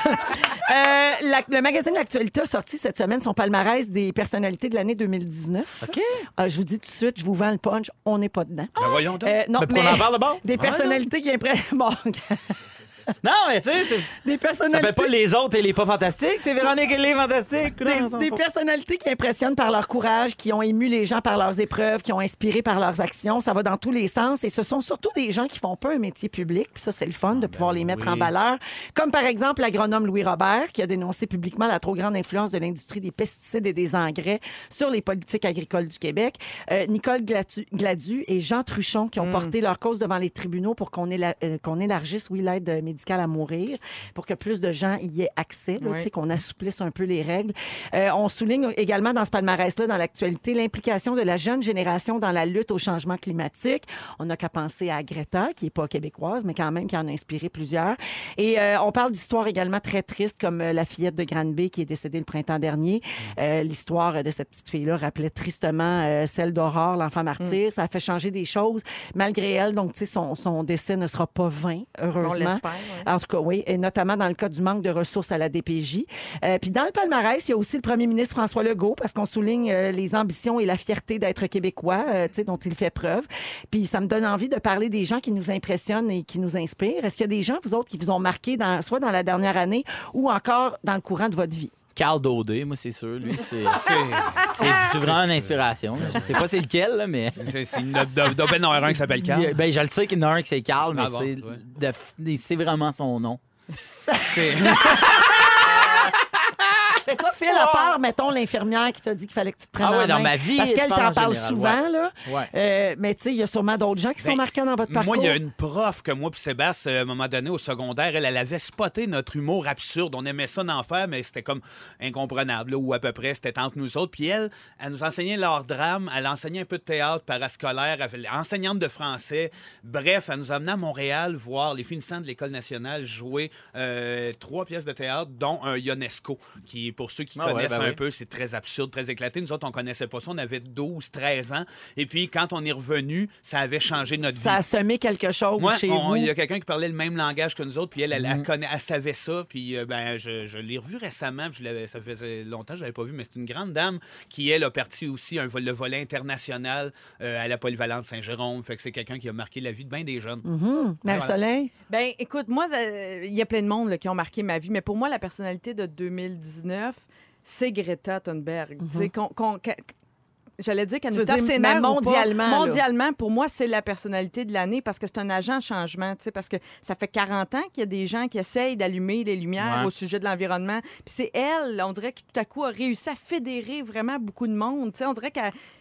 Euh, la- le magazine L'Actualité a sorti cette semaine son palmarès des personnalités de l'année deux mille dix-neuf. OK. Euh, je vous dis tout de suite, je vous vends le punch, on n'est pas dedans. Ben, voyons donc. Euh, non, Mais pourquoi on en parle d'abord? Des Ah, personnalités qui impressionnent. Bon, Non, mais tu sais, c'est- des ça personnalités. fait pas les autres et les pas fantastiques, c'est Véronique et les fantastiques. Des, des personnalités qui impressionnent par leur courage, qui ont ému les gens par leurs épreuves, qui ont inspiré par leurs actions. Ça va dans tous les sens. Et ce sont surtout des gens qui font pas un métier public. Puis ça, c'est le fun de pouvoir les mettre oui. en valeur. Comme par exemple l'agronome Louis Robert, qui a dénoncé publiquement la trop grande influence de l'industrie des pesticides et des engrais sur les politiques agricoles du Québec. Euh, Nicole Gladu, Gladu et Jean Truchon, qui ont porté leur cause devant les tribunaux pour qu'on éla- euh, qu'on élargisse, oui, l'aide médicale à mourir, pour que plus de gens y aient accès, là, Oui. tu sais, qu'on assouplisse un peu les règles. Euh, on souligne également dans ce palmarès-là, dans l'actualité, l'implication de la jeune génération dans la lutte au changement climatique. On n'a qu'à penser à Greta, qui n'est pas québécoise, mais quand même qui en a inspiré plusieurs. Et euh, on parle d'histoires également très tristes, comme euh, la fillette de Granby qui est décédée le printemps dernier. Euh, L'histoire de cette petite fille-là rappelait tristement euh, celle d'Aurore, l'enfant martyr. Ça a fait changer des choses, malgré elle. Donc, tu sais, son, son décès ne sera pas vain, On heureusement. l'espère. ouais. En tout cas, oui, et notamment dans le cas du manque de ressources à la D P J. Euh, puis dans le palmarès, il y a aussi le premier ministre François Legault, parce qu'on souligne euh, les ambitions et la fierté d'être québécois, euh, tu sais, dont il fait preuve. Puis ça me donne envie de parler des gens qui nous impressionnent et qui nous inspirent. Est-ce qu'il y a des gens, vous autres, qui vous ont marqué, dans, soit dans la dernière année ou encore dans le courant de votre vie? Carl Daudé, moi, c'est sûr. Lui, c'est C'est- c'est- c'est vraiment une inspiration. là. Je sais pas c'est lequel, là, mais. C'est c'est une note de- d'Open numéro un qui s'appelle Carl. Il- Ben, je le sais qu'il y en a un qui c'est Carl, mais Ah bon, c'est ouais. de- c'est vraiment son nom. C'est- Mais toi, Phil, à part, mettons, l'infirmière qui t'a dit qu'il fallait que tu te prennes Ah ouais, en dans main, ma vie, parce tu qu'elle parles t'en en parle général, souvent, là. Ouais. Euh, mais tu sais, il y a sûrement d'autres gens qui sont Ben, marquants dans votre parcours. Moi, il y a une prof que moi puis Sébastien, à un moment donné, au secondaire, elle, elle avait spoté notre humour absurde. On aimait ça d'en faire, mais c'était comme incomprenable, là, ou à peu près, c'était entre nous autres. Puis elle, elle nous enseignait l'art drame, elle enseignait un peu de théâtre parascolaire, elle fait- enseignante de français. Bref, elle nous a amené à Montréal voir les finissants de l'École nationale jouer euh, trois pièces de théâtre, dont un Ionesco, qui, pour ceux qui Ah ouais, connaissent ben un oui. peu, c'est très absurde, très éclaté. Nous autres, on connaissait pas ça. On avait douze, treize ans. Et puis, quand on est revenu, ça avait changé notre vie. Ça a semé quelque chose Moi, chez on- vous. il y a quelqu'un qui parlait le même langage que nous autres, puis elle, elle, Mm-hmm. elle, connaît- elle savait ça, puis euh, ben, je, je l'ai revu récemment, puis je l'avais, ça faisait longtemps que je l'avais pas vu, mais c'est une grande dame qui, elle, a parti aussi un, vol- le volet international euh, à la Polyvalente Saint-Jérôme, fait que c'est quelqu'un qui a marqué la vie de bien des jeunes. Mhm. Marie-Soleil? Ben, écoute, moi, euh, il y a plein de monde là, qui ont marqué ma vie, mais pour moi, la personnalité de deux mille dix-neuf, c'est Greta Thunberg. Tu sais, qu'on- qu'on- que- J'allais dire qu'elle Tu nous veux tape dire, ses mais nerfs ou pas. mondialement, là. Mondialement, pour moi, c'est la personnalité de l'année parce que c'est un agent changement, tu sais, parce que ça fait quarante ans qu'il y a des gens qui essayent d'allumer les lumières Ouais. au sujet de l'environnement. Puis c'est elle, on dirait, qui tout à coup a réussi à fédérer vraiment beaucoup de monde. Tu sais, on dirait qu'elle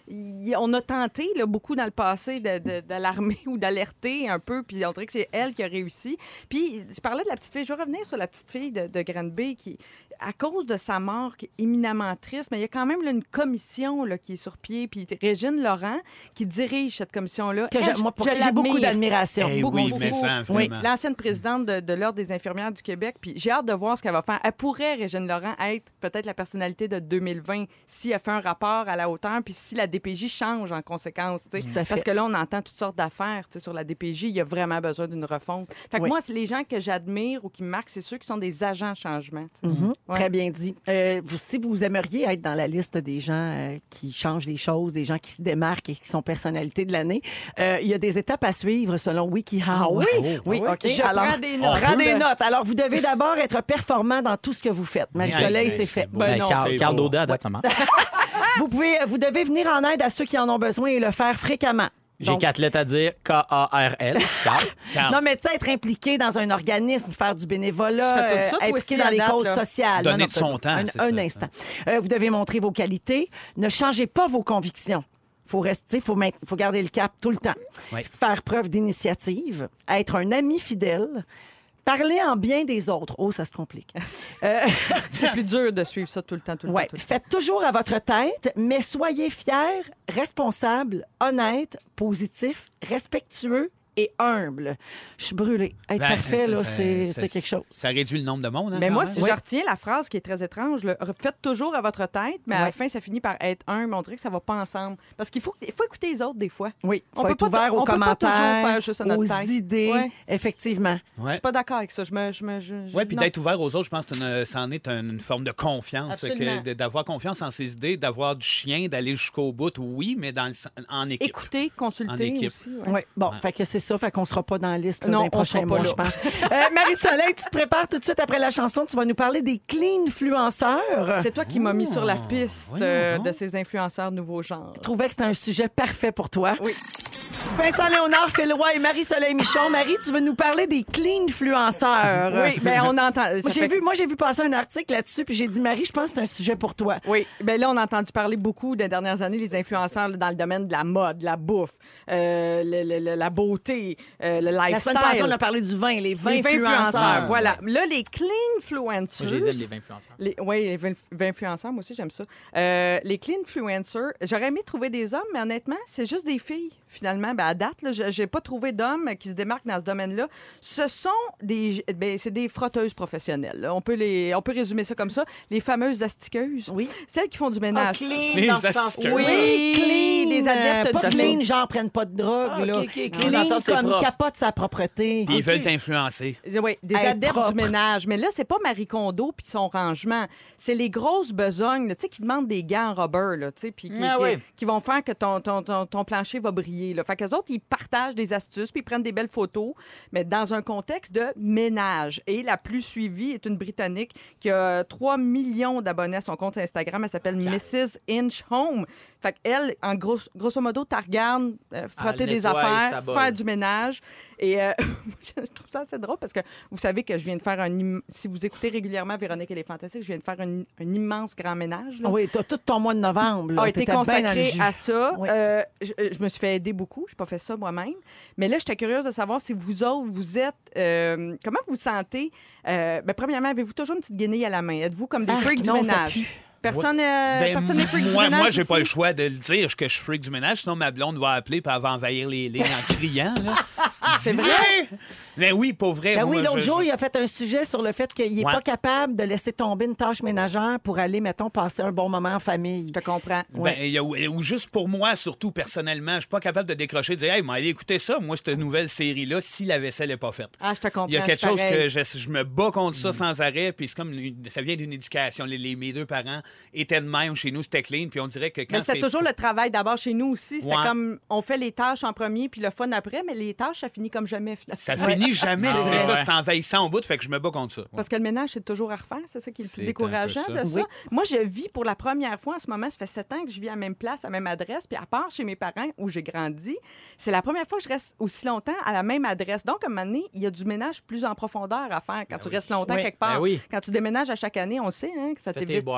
y- on a tenté là, beaucoup dans le passé de- de- d'alarmer ou d'alerter un peu, puis on dirait que c'est elle qui a réussi. Puis je parlais de la petite fille, je vais revenir sur la petite fille de, de Granby qui, à cause de sa mort, qui est éminemment triste, mais il y a quand même là, une commission là, qui est sur pied, puis Régine Laurent qui dirige cette commission-là. Que Elle, j'ai- moi, pour je qui j'ai beaucoup l'admire. d'admiration. Eh beaucoup, oui, beaucoup. mais ça, Oui. vraiment. L'ancienne présidente de, de l'Ordre des infirmières du Québec. Puis j'ai hâte de voir ce qu'elle va faire. Elle pourrait, Régine Laurent, être peut-être la personnalité de deux mille vingt si elle fait un rapport à la hauteur puis si la D P J change en conséquence. tu sais. Tout à fait. Parce que là, on entend toutes sortes d'affaires tu sais, sur la D P J. Il y a vraiment besoin d'une refonte. Fait que Oui. moi, c'est les gens que j'admire ou qui me marquent, c'est ceux qui sont des agents changement. tu sais. Mhm. Ouais. Très bien dit. Euh, vous- si vous aimeriez être dans la liste des gens euh, qui changent les choses, des gens qui se démarquent et qui sont personnalités de l'année, euh, il y a des étapes à suivre selon WikiHow. oui? Oui, Ah OK. oui? Je Alors, prends des notes. Prends des notes. Alors, vous devez d'abord être performant dans tout ce que vous faites. Marie-Soleil, Hey, c'est hey, fait. c'est beau. Ben Ben, non, Carl, c'est Carl beau. Daudet, à date, ça marche. Vous, pouvez, vous devez venir en aide à ceux qui en ont besoin et le faire fréquemment. J'ai Donc, quatre lettres à dire. K A R L. Carl. Carl, Non, mais tu sais, être impliqué dans un organisme, faire du bénévolat, Tu fais tout ça, euh, toi impliqué aussi, dans à les date, causes là. sociales. Donner Non, non, de son temps, Un, c'est un ça. instant. Euh, vous devez montrer vos qualités. Ne changez pas vos convictions. Faut rester, faut, main- faut garder le cap tout le temps. Oui. Faire preuve d'initiative, être un ami fidèle, parler en bien des autres. Oh, ça se complique. Euh, C'est plus dur de suivre ça tout le temps, tout le ouais. temps. tout le temps. Faites toujours à votre tête, mais soyez fiers, responsables, honnêtes, positifs, respectueux et humbles. Je suis brûlée. Être Ben, parfait, là, ça- c'est ça- c'est quelque chose. Ça réduit le nombre de monde. Hein, Mais quand moi, même. si je retiens la phrase qui est très étrange, là, faites toujours à votre tête, mais à la Ouais. fin, ça finit par être un. Mais on dirait que ça va pas ensemble. Parce qu'il faut, il faut écouter les autres des fois. Oui, il On faut peut être pas ouvert t- aux on peut pas toujours commentaires, faire juste à notre aux tête. idées, Ouais. effectivement. Je Ouais. suis pas d'accord avec ça. Je me, je me, je- je- Oui, puis non. d'être ouvert aux autres, je pense que c'est une- ça en est une, une forme de confiance. Fait que Absolument. de- D'avoir confiance en ses idées, d'avoir du chien, d'aller jusqu'au bout, oui, mais dans le, sen- en équipe. Écouter, En consulter équipe. aussi. ouais. Oui, bon, Ouais. fait que c'est ça, fait qu'on sera pas dans la liste là, Non, dans les on prochains sera pas mois, là. je pense. Euh, Marie-Soleil, tu te prépares tout de suite après la chanson, tu vas nous parler des clean influenceurs. C'est toi qui m'as mis sur la piste voyons euh, donc. de ces influenceurs nouveaux genres. Je trouvais que c'était un sujet parfait pour toi. Oui. Vincent Léonard, Phil Roy et Marie-Soleil Michon. Marie, tu veux nous parler des clean influenceurs. Oui, bien, on entend. ça Moi, j'ai fait- vu, moi, j'ai vu passer un article là-dessus, puis j'ai dit, Marie, je pense que c'est un sujet pour toi. Oui, bien là, on a entendu parler beaucoup des dernières années, les influenceurs là, dans le domaine de la mode, de la bouffe, euh, le- le- le- la beauté, euh, le lifestyle. La semaine passée, on a parlé du vin, les vins les vins influenceurs. influenceurs. Voilà. Là, les clean Moi, influencers. je les aime, les vingt influenceurs. Les, oui, les vin- vin influenceurs, moi aussi, j'aime ça. Euh, les clean influencers, j'aurais aimé trouver des hommes, mais honnêtement, c'est juste des filles, finalement. Ben, à date, là, je n'ai pas trouvé d'hommes qui se démarquent dans ce domaine-là. Ce sont des, ben, c'est des frotteuses professionnelles. là. On peut, les, on peut résumer ça comme ça. Les fameuses astiqueuses. Oui. Celles qui font du Ah, ménage. clean, Les dans ce sens- astucieux. Oui, clean, des adeptes euh, pas du clean, genre prennent pas de drogue. Ah, là. ok, ok, clean Clean dans le sens, c'est comme propre. capote sa propreté. Puis ils Ok. veulent t'influencer. Oui, des Être adeptes propre. du ménage. Mais là, c'est pas Marie Kondo puis son rangement. C'est les grosses besognes, là, tu sais, qui demandent des gants en rubber, là, tu sais, puis qui, Ah qui- oui. qui vont faire que ton, ton, ton, ton plancher va briller, là. Fait qu'eux autres, ils partagent des astuces puis ils prennent des belles photos, mais dans un contexte de ménage. Et la plus suivie est une Britannique qui a trois millions d'abonnés à son compte Instagram. Elle s'appelle missus Inch Home. Fait qu'elle, en gros, grosso modo, tu regardes euh, frotter Elle des nettoie affaires, sa bolle. faire du ménage. Et euh, je trouve ça assez drôle parce que vous savez que je viens de faire un... im- Si vous écoutez régulièrement Véronique, elle est fantastique, je viens de faire un, un immense grand ménage. là. Ah oui, t'as tout ton mois de novembre. là. a été T'étais bien dans le consacré jus. à ça. Oui. Euh, je, je me suis fait aider beaucoup. Je n'ai pas fait ça moi-même. Mais là, j'étais curieuse de savoir si vous autres, vous êtes... euh, comment vous vous sentez? Euh, ben, premièrement, avez-vous toujours une petite guenille à la main? Êtes-vous comme des Ah, freaks du non, ça ménage? pue. Personne euh, Ben, personne n'est freak du moi, ménage moi, j'ai pas ici? le choix de le dire que je suis freak du ménage, sinon ma blonde va appeler et elle va envahir les lignes en criant. là. C'est Dis, vrai? Hey! Ben oui, pour vrai. Ben moi, oui, l'autre je- jour, je- il a fait un sujet sur le fait qu'il n'est Ouais. pas capable de laisser tomber une tâche ménagère pour aller, mettons, passer un bon moment en famille. Je te comprends. Ben, il y a- ou juste pour moi, surtout personnellement, je suis pas capable de décrocher, de dire, hey, mais allez écouter ça, moi, cette nouvelle série-là, si la vaisselle n'est pas faite. Ah, je te comprends. Il y a quelque je suis chose pareil. que je, je me bats contre ça sans arrêt, puis c'est comme une- ça vient d'une éducation. Les, les- mes deux parents étaient de même chez nous, c'était clean, puis on dirait que quand Mais c'était c'est toujours le travail d'abord chez nous aussi. C'était Ouais. comme on fait les tâches en premier puis le fun après, mais les tâches, ça finit comme jamais finalement. ça finit jamais. Ah, c'est ouais. ça, c'est envahissant au bout, fait que je me bats contre ça. Parce que le ménage, c'est toujours à refaire. C'est ça qui est le C'est plus un décourageant peu de ça. ça. Moi, je vis pour la première fois en ce moment. Ça fait sept ans que je vis à la même place, à la même adresse. Puis à part chez mes parents où j'ai grandi, c'est la première fois que je reste aussi longtemps à la même adresse. Donc, à un moment donné, il y a du ménage plus en profondeur à faire quand tu restes longtemps Oui. quelque part. Ben oui. Quand tu déménages à chaque année, on le sait hein, que ça Tu fais tes t'évite. boîtes, Ben, puis-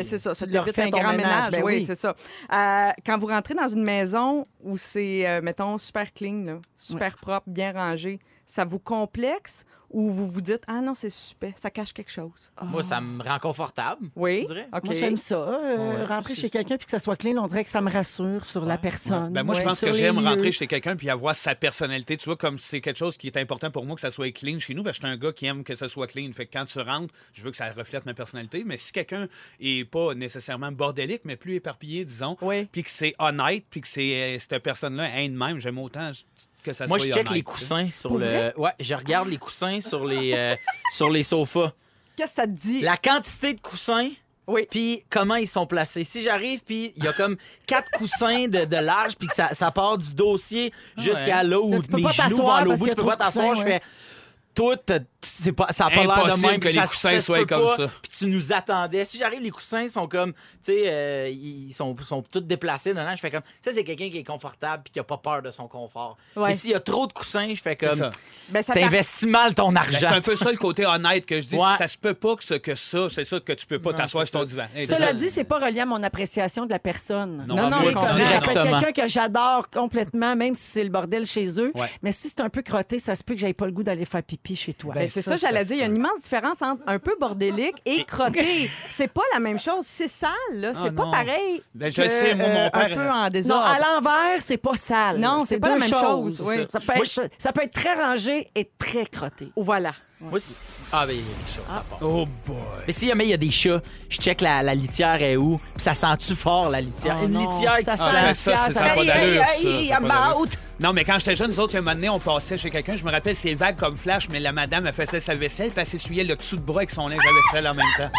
c'est ça. Ça Tu te leur fait fais un ton grand ménage, ménage. ben oui, oui. c'est ça. Euh, quand vous rentrez dans une maison où c'est, euh, mettons, super clean, là, super propre, bien rangé, ça vous complexe ou vous vous dites, ah non, c'est super, ça cache quelque chose? Moi, ça me rend confortable. Oui. je dirais. OK. Moi, j'aime ça. euh, Ouais. rentrer chez quelqu'un puis que ça soit clean, on dirait que ça me rassure sur la personne. Ben moi, je Ouais, pense sur que les j'aime lieux. rentrer chez quelqu'un puis avoir sa personnalité. Tu vois, comme c'est quelque chose qui est important pour moi que ça soit clean chez nous, parce que je suis un gars qui aime que ça soit clean. Fait que quand tu rentres, je veux que ça reflète ma personnalité. Mais si quelqu'un est pas nécessairement bordélique, mais plus éparpillé, disons, Oui. puis que c'est honnête, puis que c'est euh, cette personne-là est de même, j'aime autant que ça Moi, soit je check honnête, les tu sais. coussins sur Pour le. vrai? Ouais, je regarde les coussins sur les, euh, sur les sofas. Qu'est-ce que ça te dit? La quantité de coussins. Oui. Puis comment ils sont placés. Si j'arrive, puis il y a comme quatre coussins de, de large, puis que ça, ça part du dossier jusqu'à là où Là, tu peux mes pas genoux t'asseoir vont aller au parce bout, qu'il y tu a peux pas trop de t'asseoir. Je coussins, fais tout, euh, c'est pas, ça a pas l'air de Impossible même. que puis les ça- coussins ça se soient peut comme pas, ça. Puis tu nous attendais. Si j'arrive, les coussins sont comme, tu sais, euh, ils sont, sont tous déplacés. Non, non, je fais comme, ça, c'est quelqu'un qui est confortable puis qui a pas peur de son confort. Ouais. Mais s'il y a trop de coussins, je fais C'est comme, ça. Ben, ça t'a- t'investis mal ton Ben, argent. c'est un peu ça le côté honnête que je dis. Ouais. Ça se peut pas que, ce, que ça, c'est ça que tu peux pas Non, t'asseoir c'est sur ton ça. divan. Hey, Cela ça. dit, c'est pas relié à mon appréciation de la personne. Non, Non, non, moi, je je comprends. Ça peut être Directement. quelqu'un que j'adore complètement, même si c'est le bordel chez eux. Ouais. Mais si c'est un peu crotté, ça se peut que j'aille pas le goût d'aller faire pipi chez toi. Ben, Ben, c'est ça, ça, j'allais ça dire. se Il y a une peut. immense différence entre un peu bordélique et crotté. C'est pas la même chose. C'est sale, là. C'est Ah, pas non. pareil. Ben, je que, sais, moi, mon euh, père- Un peu en non, désordre. à l'envers, c'est pas sale. Non, c'est pas deux la même choses. chose, oui. Ça, peut Moi, être, ça peut être très rangé et très crotté. Voilà. Moi, c'est- ah, ben, il y a des choses, ça part. Oh boy. Mais si jamais il y a des chats, je check la, la litière est où, puis ça sent-tu fort, la litière? Oh Une non, litière ça qui sent Ah, sent... ben, ça, c'est- ça a pas Hey, d'allure, hey, ça, hey, ça a pas I'm d'allure. out. Non, mais quand j'étais jeune, nous autres, il y a un moment donné, on passait chez quelqu'un. Je me rappelle, c'est vague comme flash, mais la madame, elle faisait sa vaisselle, puis elle s'essuyait le dessous de bras avec son linge à vaisselle en même temps.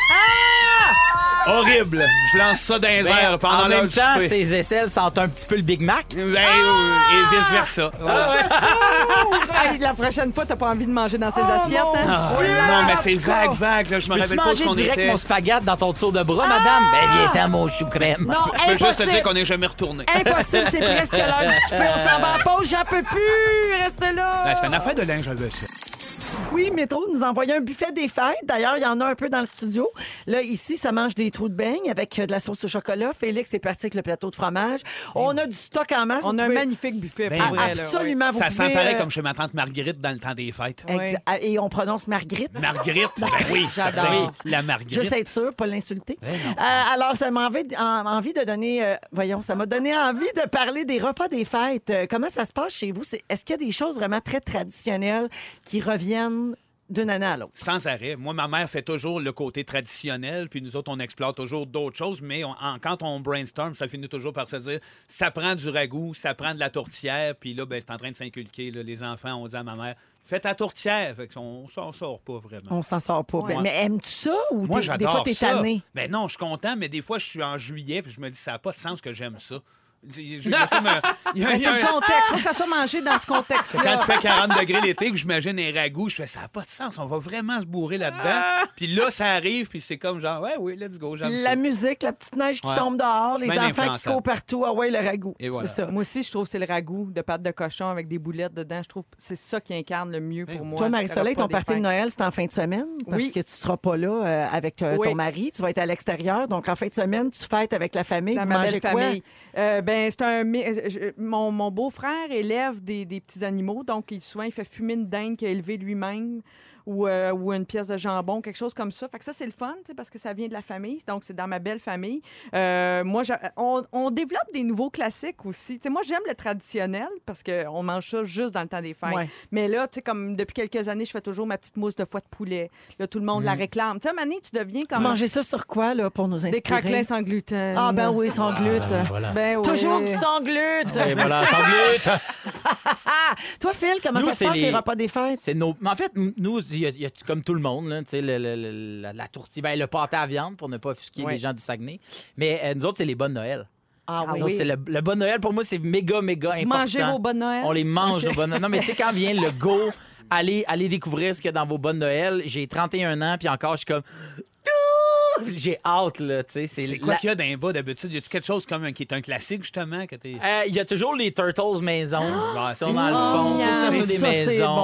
Horrible! Je lance ça dans les airs pendant Ben, en l'heure même du temps, souper. ses aisselles sentent un petit peu le Big Mac. Ben, euh, et vice-versa. Hey, la prochaine fois, t'as pas envie de manger dans ces assiettes, hein? Ah, non, mais c'est vague, vague. Là. Je me Peux-tu rappelle pas ce manger qu'on direct était. mon spaghette dans ton tour de bras, madame? Ben, viens-t'en, mon chou crème. Non, Je peux juste te impossible. dire qu'on n'est jamais retourné. Impossible, c'est presque l'heure du souper. On s'en va en pause, j'en peux plus. Restez là. Ben, c'est une affaire de linge à vaisselle. Oui, Métro nous a envoyé un buffet des fêtes. D'ailleurs, il y en a un peu dans le studio. Là, ici, ça mange des trous de beignes avec euh, de la sauce au chocolat. Félix est parti avec le plateau de fromage. On a du stock en masse. On Vous a un pouvez- magnifique buffet, Ben, pour vrai, là, Absolument. vous Ça pouvez, sent pareil euh, comme chez ma tante Marguerite dans le temps des fêtes. exa- Et on prononce Marguerite. Marguerite? Ben oui, J'adore. certain. La Marguerite. Juste être sûr, pas l'insulter. Ben non. Euh, alors, ça m'a envie, en- envie de donner... euh, voyons, ça m'a donné envie de parler des repas des fêtes. Euh, comment ça se passe chez vous? C'est- Est-ce qu'il y a des choses vraiment très traditionnelles qui reviennent d'une année à l'autre? Sans arrêt. Moi, ma mère fait toujours le côté traditionnel, puis nous autres, on explore toujours d'autres choses, mais on- en- quand on brainstorm, ça finit toujours par se dire ça prend du ragoût, ça prend de la tourtière, puis là, ben, c'est en train de s'inculquer. Là. Les enfants ont dit à ma mère fais ta tourtière. Fait qu'on s'en sort pas vraiment. On s'en sort pas. Ouais. Mais aimes-tu ça ou Moi, t'es- j'adore des fois, t'es ça. tanné? Ben non, je suis content, mais des fois, je suis en juillet, puis je me dis ça n'a pas de sens que j'aime ça. Il y a comme un- il y a- Mais il y c'est a le un- contexte. Faut que ça soit mangé dans ce Quand contexte-là. il fait quarante degrés l'été, que j'imagine un ragoût, je fais ça n'a pas de sens, on va vraiment se bourrer là-dedans. Puis là, ça arrive, puis c'est comme genre, ouais, oui, let's go, j'aime La ça. musique, la petite neige qui Ouais. tombe dehors, les Bien enfants qui influençable. courent partout. Ah ouais, le ragoût. Et voilà. C'est ça. Moi aussi, je trouve que c'est le ragoût de pâte de cochon avec des boulettes dedans. Je trouve que c'est ça qui incarne le mieux pour Hey, moi. Toi, le Marie-Soleil, repas ton des party de fêtes. Noël, c'est en fin de semaine parce Oui. que tu seras pas là euh, avec euh, Oui. ton mari. Tu vas être à l'extérieur. Donc, en fin de semaine, tu fêtes avec la famille. Dans Vous ma mangez belle quoi? famille. Euh, ben, c'est un. mi- euh, je- Mon, mon beau-frère élève des, des petits animaux, donc il, souvent il fait fumer une dinde qu'il a élevée lui-même. Ou, euh, ou une pièce de jambon, quelque chose comme ça. Fait que ça, c'est le fun, tu sais, parce que ça vient de la famille. Donc, c'est dans ma belle famille. Euh, moi, j'a- on, on développe des nouveaux classiques aussi. Tu sais, moi, j'aime le traditionnel parce qu'on mange ça juste dans le temps des fêtes. Ouais. Mais là, tu sais, comme depuis quelques années, je fais toujours ma petite mousse de foie de poulet. Là, tout le monde Mm. la réclame. Tu sais, Mané, tu deviens Vous comme mangez ça sur quoi, là, pour nous inspirer? des craquelins sans gluten. Ah, ben oui, sans gluten. Voilà. Ben oui. Toujours du sans gluten. Et voilà, sans gluten. Toi, Phil, comment Nous, ça se c'est passe, les les- repas des fêtes? C'est nos... Mais en fait, m- nous, il y, a- il y a comme tout le monde, là, tu sais, le- le- le- la, la tourtière, ben, le pâté à viande, pour ne pas offusquer Ouais. les gens du Saguenay. Mais euh, nous autres, c'est les bonnes Noël. Ah Nous oui. autres, c'est le, le bon Noël, pour moi, c'est méga, méga Vous important. mangez vos bonnes Noël? On les mange, Ok. nos bonnes Noël. Non, mais tu sais, quand vient le go, allez, allez découvrir ce qu'il y a dans vos bonnes Noël. J'ai trente et un ans, puis encore, je suis comme... J'ai hâte, là, tu sais. C'est la- quoi qu'il y a d'un bas d'habitude? Y a-tu quelque chose comme un, qui est un classique, justement? Que t'es... Euh, Il y a toujours les Turtles maison. Ah, Ils sont dans le Oh, fond. Faut que ça miam. soit des Ça, c'est maisons. bon.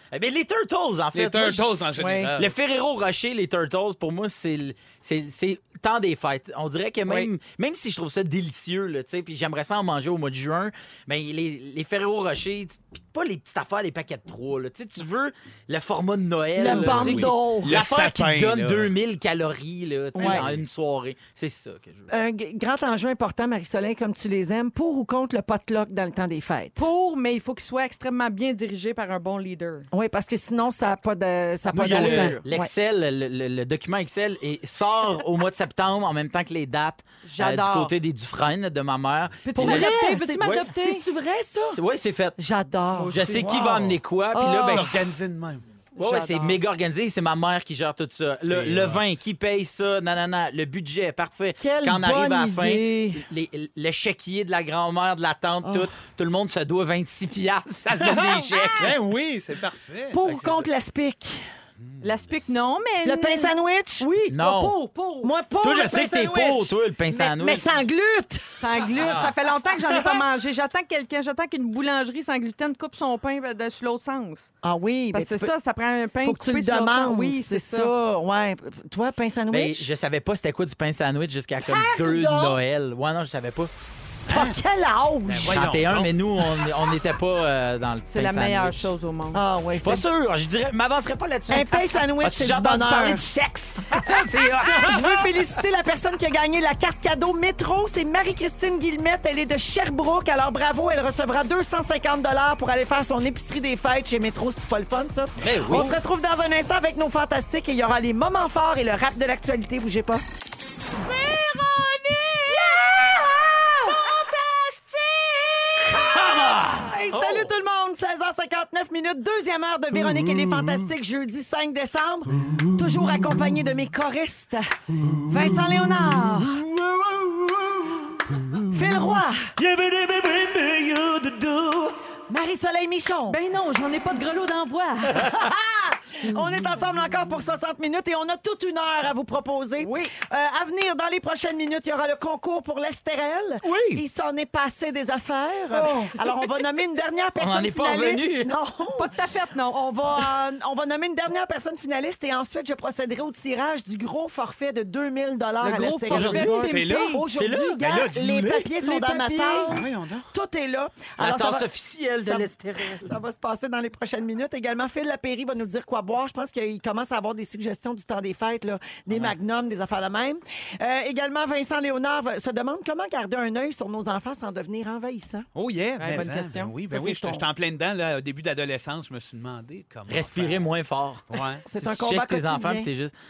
Eh bien, les Turtles, en fait. Les Turtles, Moi, en je- général. Le Ferrero Rocher, les Turtles, pour moi, c'est le- c'est c'est le temps des fêtes. On dirait que même, même si je trouve ça délicieux, là, tu sais, puis j'aimerais ça en manger au mois de juin, ben, les, les Ferrero Rocher, puis pas les petites affaires, les paquets de trois. Là. Tu sais, tu veux le format de Noël. Le là, tu sais, qui- bundle. Le L'affaire qui sapin, te donne là. deux mille calories là, tu sais, Ouais. en une soirée. C'est ça que je veux. Un g- grand enjeu important, Marie-Soleil, comme tu les aimes, pour ou contre le potluck dans le temps des fêtes? Pour, mais il faut qu'il soit extrêmement bien dirigé par un bon leader. Oui, parce que sinon, ça n'a pas de, ça a pas Moi, il y a de bon sens. le- L'Excel, le, le- le document Excel et sort au mois de septembre en même temps que les dates euh, du J'adore. côté des Dufresne de ma mère. Peux-tu Pour m'adopter? vrai? Peux-tu C'est- m'adopter? C'est-tu vrai, ça? Oui, c'est fait. J'adore. Je sais qui va amener quoi. Puis Oh. là, C'est ben, organisé de même. ouais, ouais, c'est J'adore. méga organisé. C'est ma mère qui gère tout ça. Le, C'est, le euh, vin, qui paye ça? Nanana. Le budget, parfait. Quelle Quand on arrive bonne à la fin, idée. les- le chéquier de la grand-mère, de la tante, Oh. tout, tout le monde se doit vingt-six piastres. Ça se donne des chèques. Ben oui, c'est parfait. Pour Fait ou que c'est contre ça. l'aspic? L'aspic, non, mais... Le pain sandwich? Oui, Non. pour, pour. Moi, pour Toi, le je sais pain que t'es sandwich. pour, toi, le pain Mais, sandwich. mais sans gluten. Sans gluten. Ça fait longtemps que j'en ai pas mangé. J'attends que quelqu'un, j'attends qu'une boulangerie sans gluten coupe son pain de- sur l'autre sens. Ah oui, Parce ben, que tu c'est peux- ça, ça prend un pain faut que tu coupé le sur l'autre sens. demandes. Oui, c'est ça. Ouais. Toi, pain Ben, sandwich? je savais pas c'était quoi du pain sandwich jusqu'à comme deux Pardon? Noël. Ouais, non, je savais pas. T'as quel âge? voyons J'en ai un, donc. mais nous, on n'était pas euh, dans le C'est pain la meilleure sandwich. chose au monde. Ah oui, Pas c'est sûr, je dirais, m'avancerais pas là-dessus. un pain sandwich, As-tu c'est déjà du entendu bonheur. parler du sexe? Ça, c'est hot. Je veux féliciter la personne qui a gagné la carte cadeau Métro. C'est Marie-Christine Guillemette. Elle est de Sherbrooke. Alors bravo, elle recevra deux cent cinquante pour aller faire son épicerie des fêtes chez Métro. C'est pas le fun, ça? Ben oui. On se retrouve dans un instant avec nos fantastiques et il y aura les moments forts et le rap de l'actualité. Bougez pas. Hey, salut tout le monde! seize heures cinquante-neuf minutes, deuxième heure de Véronique et les Fantastiques, jeudi cinq décembre. Toujours accompagné de mes choristes. Vincent Léonard. Phil Roy. Marie-Soleil Michon. Ben non, j'en ai pas de grelot d'envoi. On est ensemble encore pour soixante minutes et on a toute une heure à vous proposer. Oui. Euh, à venir, dans les prochaines minutes, il y aura le concours pour l'Estérel. Oui. Il s'en est passé des affaires. Alors, on va nommer une dernière personne n'en est pas finaliste. revenu. Non. Pas de ta fête, non. On va, euh, on va nommer une dernière personne finaliste et ensuite, je procéderai au tirage du gros forfait de deux mille dollars Le à gros l'Estérel. forfait Resort. C'est là? Aujourd'hui, C'est là? gars, Ben là, dis-nous les les. papiers sont Les dans papiers. ma Ah, tasse. voyons donc. Tout est là. La Alors, ça tasse va- officielle de ça- l'Estérel. ça va se passer dans les prochaines minutes. Également, Phil Lapéry va nous dire quoi boire. Je pense qu'il commence à avoir des suggestions du temps des fêtes, là, des magnums, des affaires de même. Euh, également, Vincent Léonard va- se demande comment garder un œil sur nos enfants sans devenir envahissant. Oh yeah, mais bonne hein, question. ben oui, Ça, ben oui, c'est j'étais ton- j'étais en plein dedans là, au début d'adolescence, je me suis demandé comment Respirer faire. moins fort. Ouais. C'est Si un tu combat checkes tes quotidien. enfants, puis t'es juste...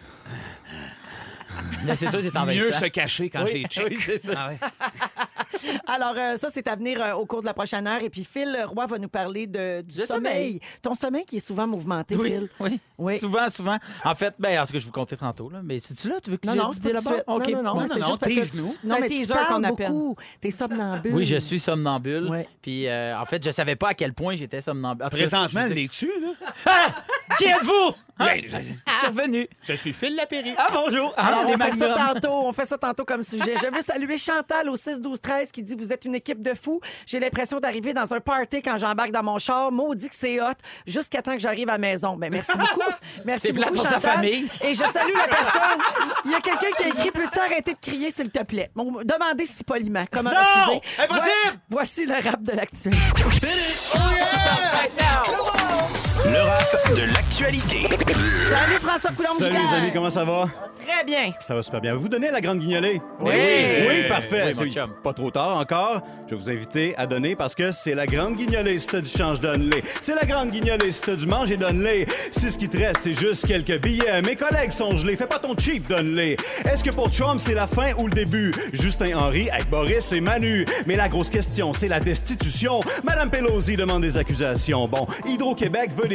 Mais c'est sûr, c'est envahissant. Mieux se cacher quand Oui, je les check. oui, c'est ça. Ah ouais. Alors, euh, ça, c'est à venir euh, au cours de la prochaine heure. Et puis, Phil Roy va nous parler de, du Le sommeil. Ton sommeil qui est souvent mouvementé, Oui, Phil. oui. Oui. Souvent, souvent. En fait, ben, en ce que je vous comptais tantôt, là. Mais c'est-tu là? Tu veux que Non, je non, c'est pas tout de d'abord? suite. OK. Non, non, non, Bon. mais c'est non, juste parce que tease-nous. tu- non, Un mais tu teaser parles qu'on appelle. beaucoup. T'es somnambule. Oui, je suis somnambule. Ouais. Puis, euh, en fait, je savais pas à quel point j'étais somnambule. En tout cas, Présentement, je sais- l'es-tu, là? Ah! Qui êtes-vous? Hein? Ben, je, Je suis revenu. je suis Phil Lapéry. Ah, bonjour. Ah, Alors, des on fait ça magnums. tantôt, on fait ça tantôt comme sujet. Je veux saluer Chantal au six douze treize qui dit « Vous êtes une équipe de fous. J'ai l'impression d'arriver dans un party quand j'embarque dans mon char. Maudit que c'est hot jusqu'à temps que j'arrive à la maison. » Ben, merci beaucoup. Merci C'est plate beaucoup, pour sa Chantal. famille. Et je salue la personne. Il y a quelqu'un qui a écrit « Peux-tu arrêter de crier, s'il te plaît? » Bon, demandez si poliment. Comment Non! refuser? Impossible! Voi- Voici le rap de l'actualité. Le rap de l'actualité. Salut François Coulombe-Giguère. Salut les amis, comment ça va? Très bien. Ça va super bien. Vous donnez la grande guignolée? Oui. Oui, parfait. Oui, mon C'est chum. pas trop tard encore. Je vais vous inviter à donner parce que c'est la grande guignolée. Si t'as du change, donne-les. C'est la grande guignolée. Si t'as du manger, donne-les. Si ce qui te reste, c'est juste quelques billets. Mes collègues sont gelés. Fais pas ton cheap, donne-les. Est-ce que pour Trump, c'est la fin ou le début? Justin Henry avec Boris et Manu. Mais la grosse question, c'est la destitution. Madame Pelosi demande des accusations. Bon, Hydro-Québec veut des centrales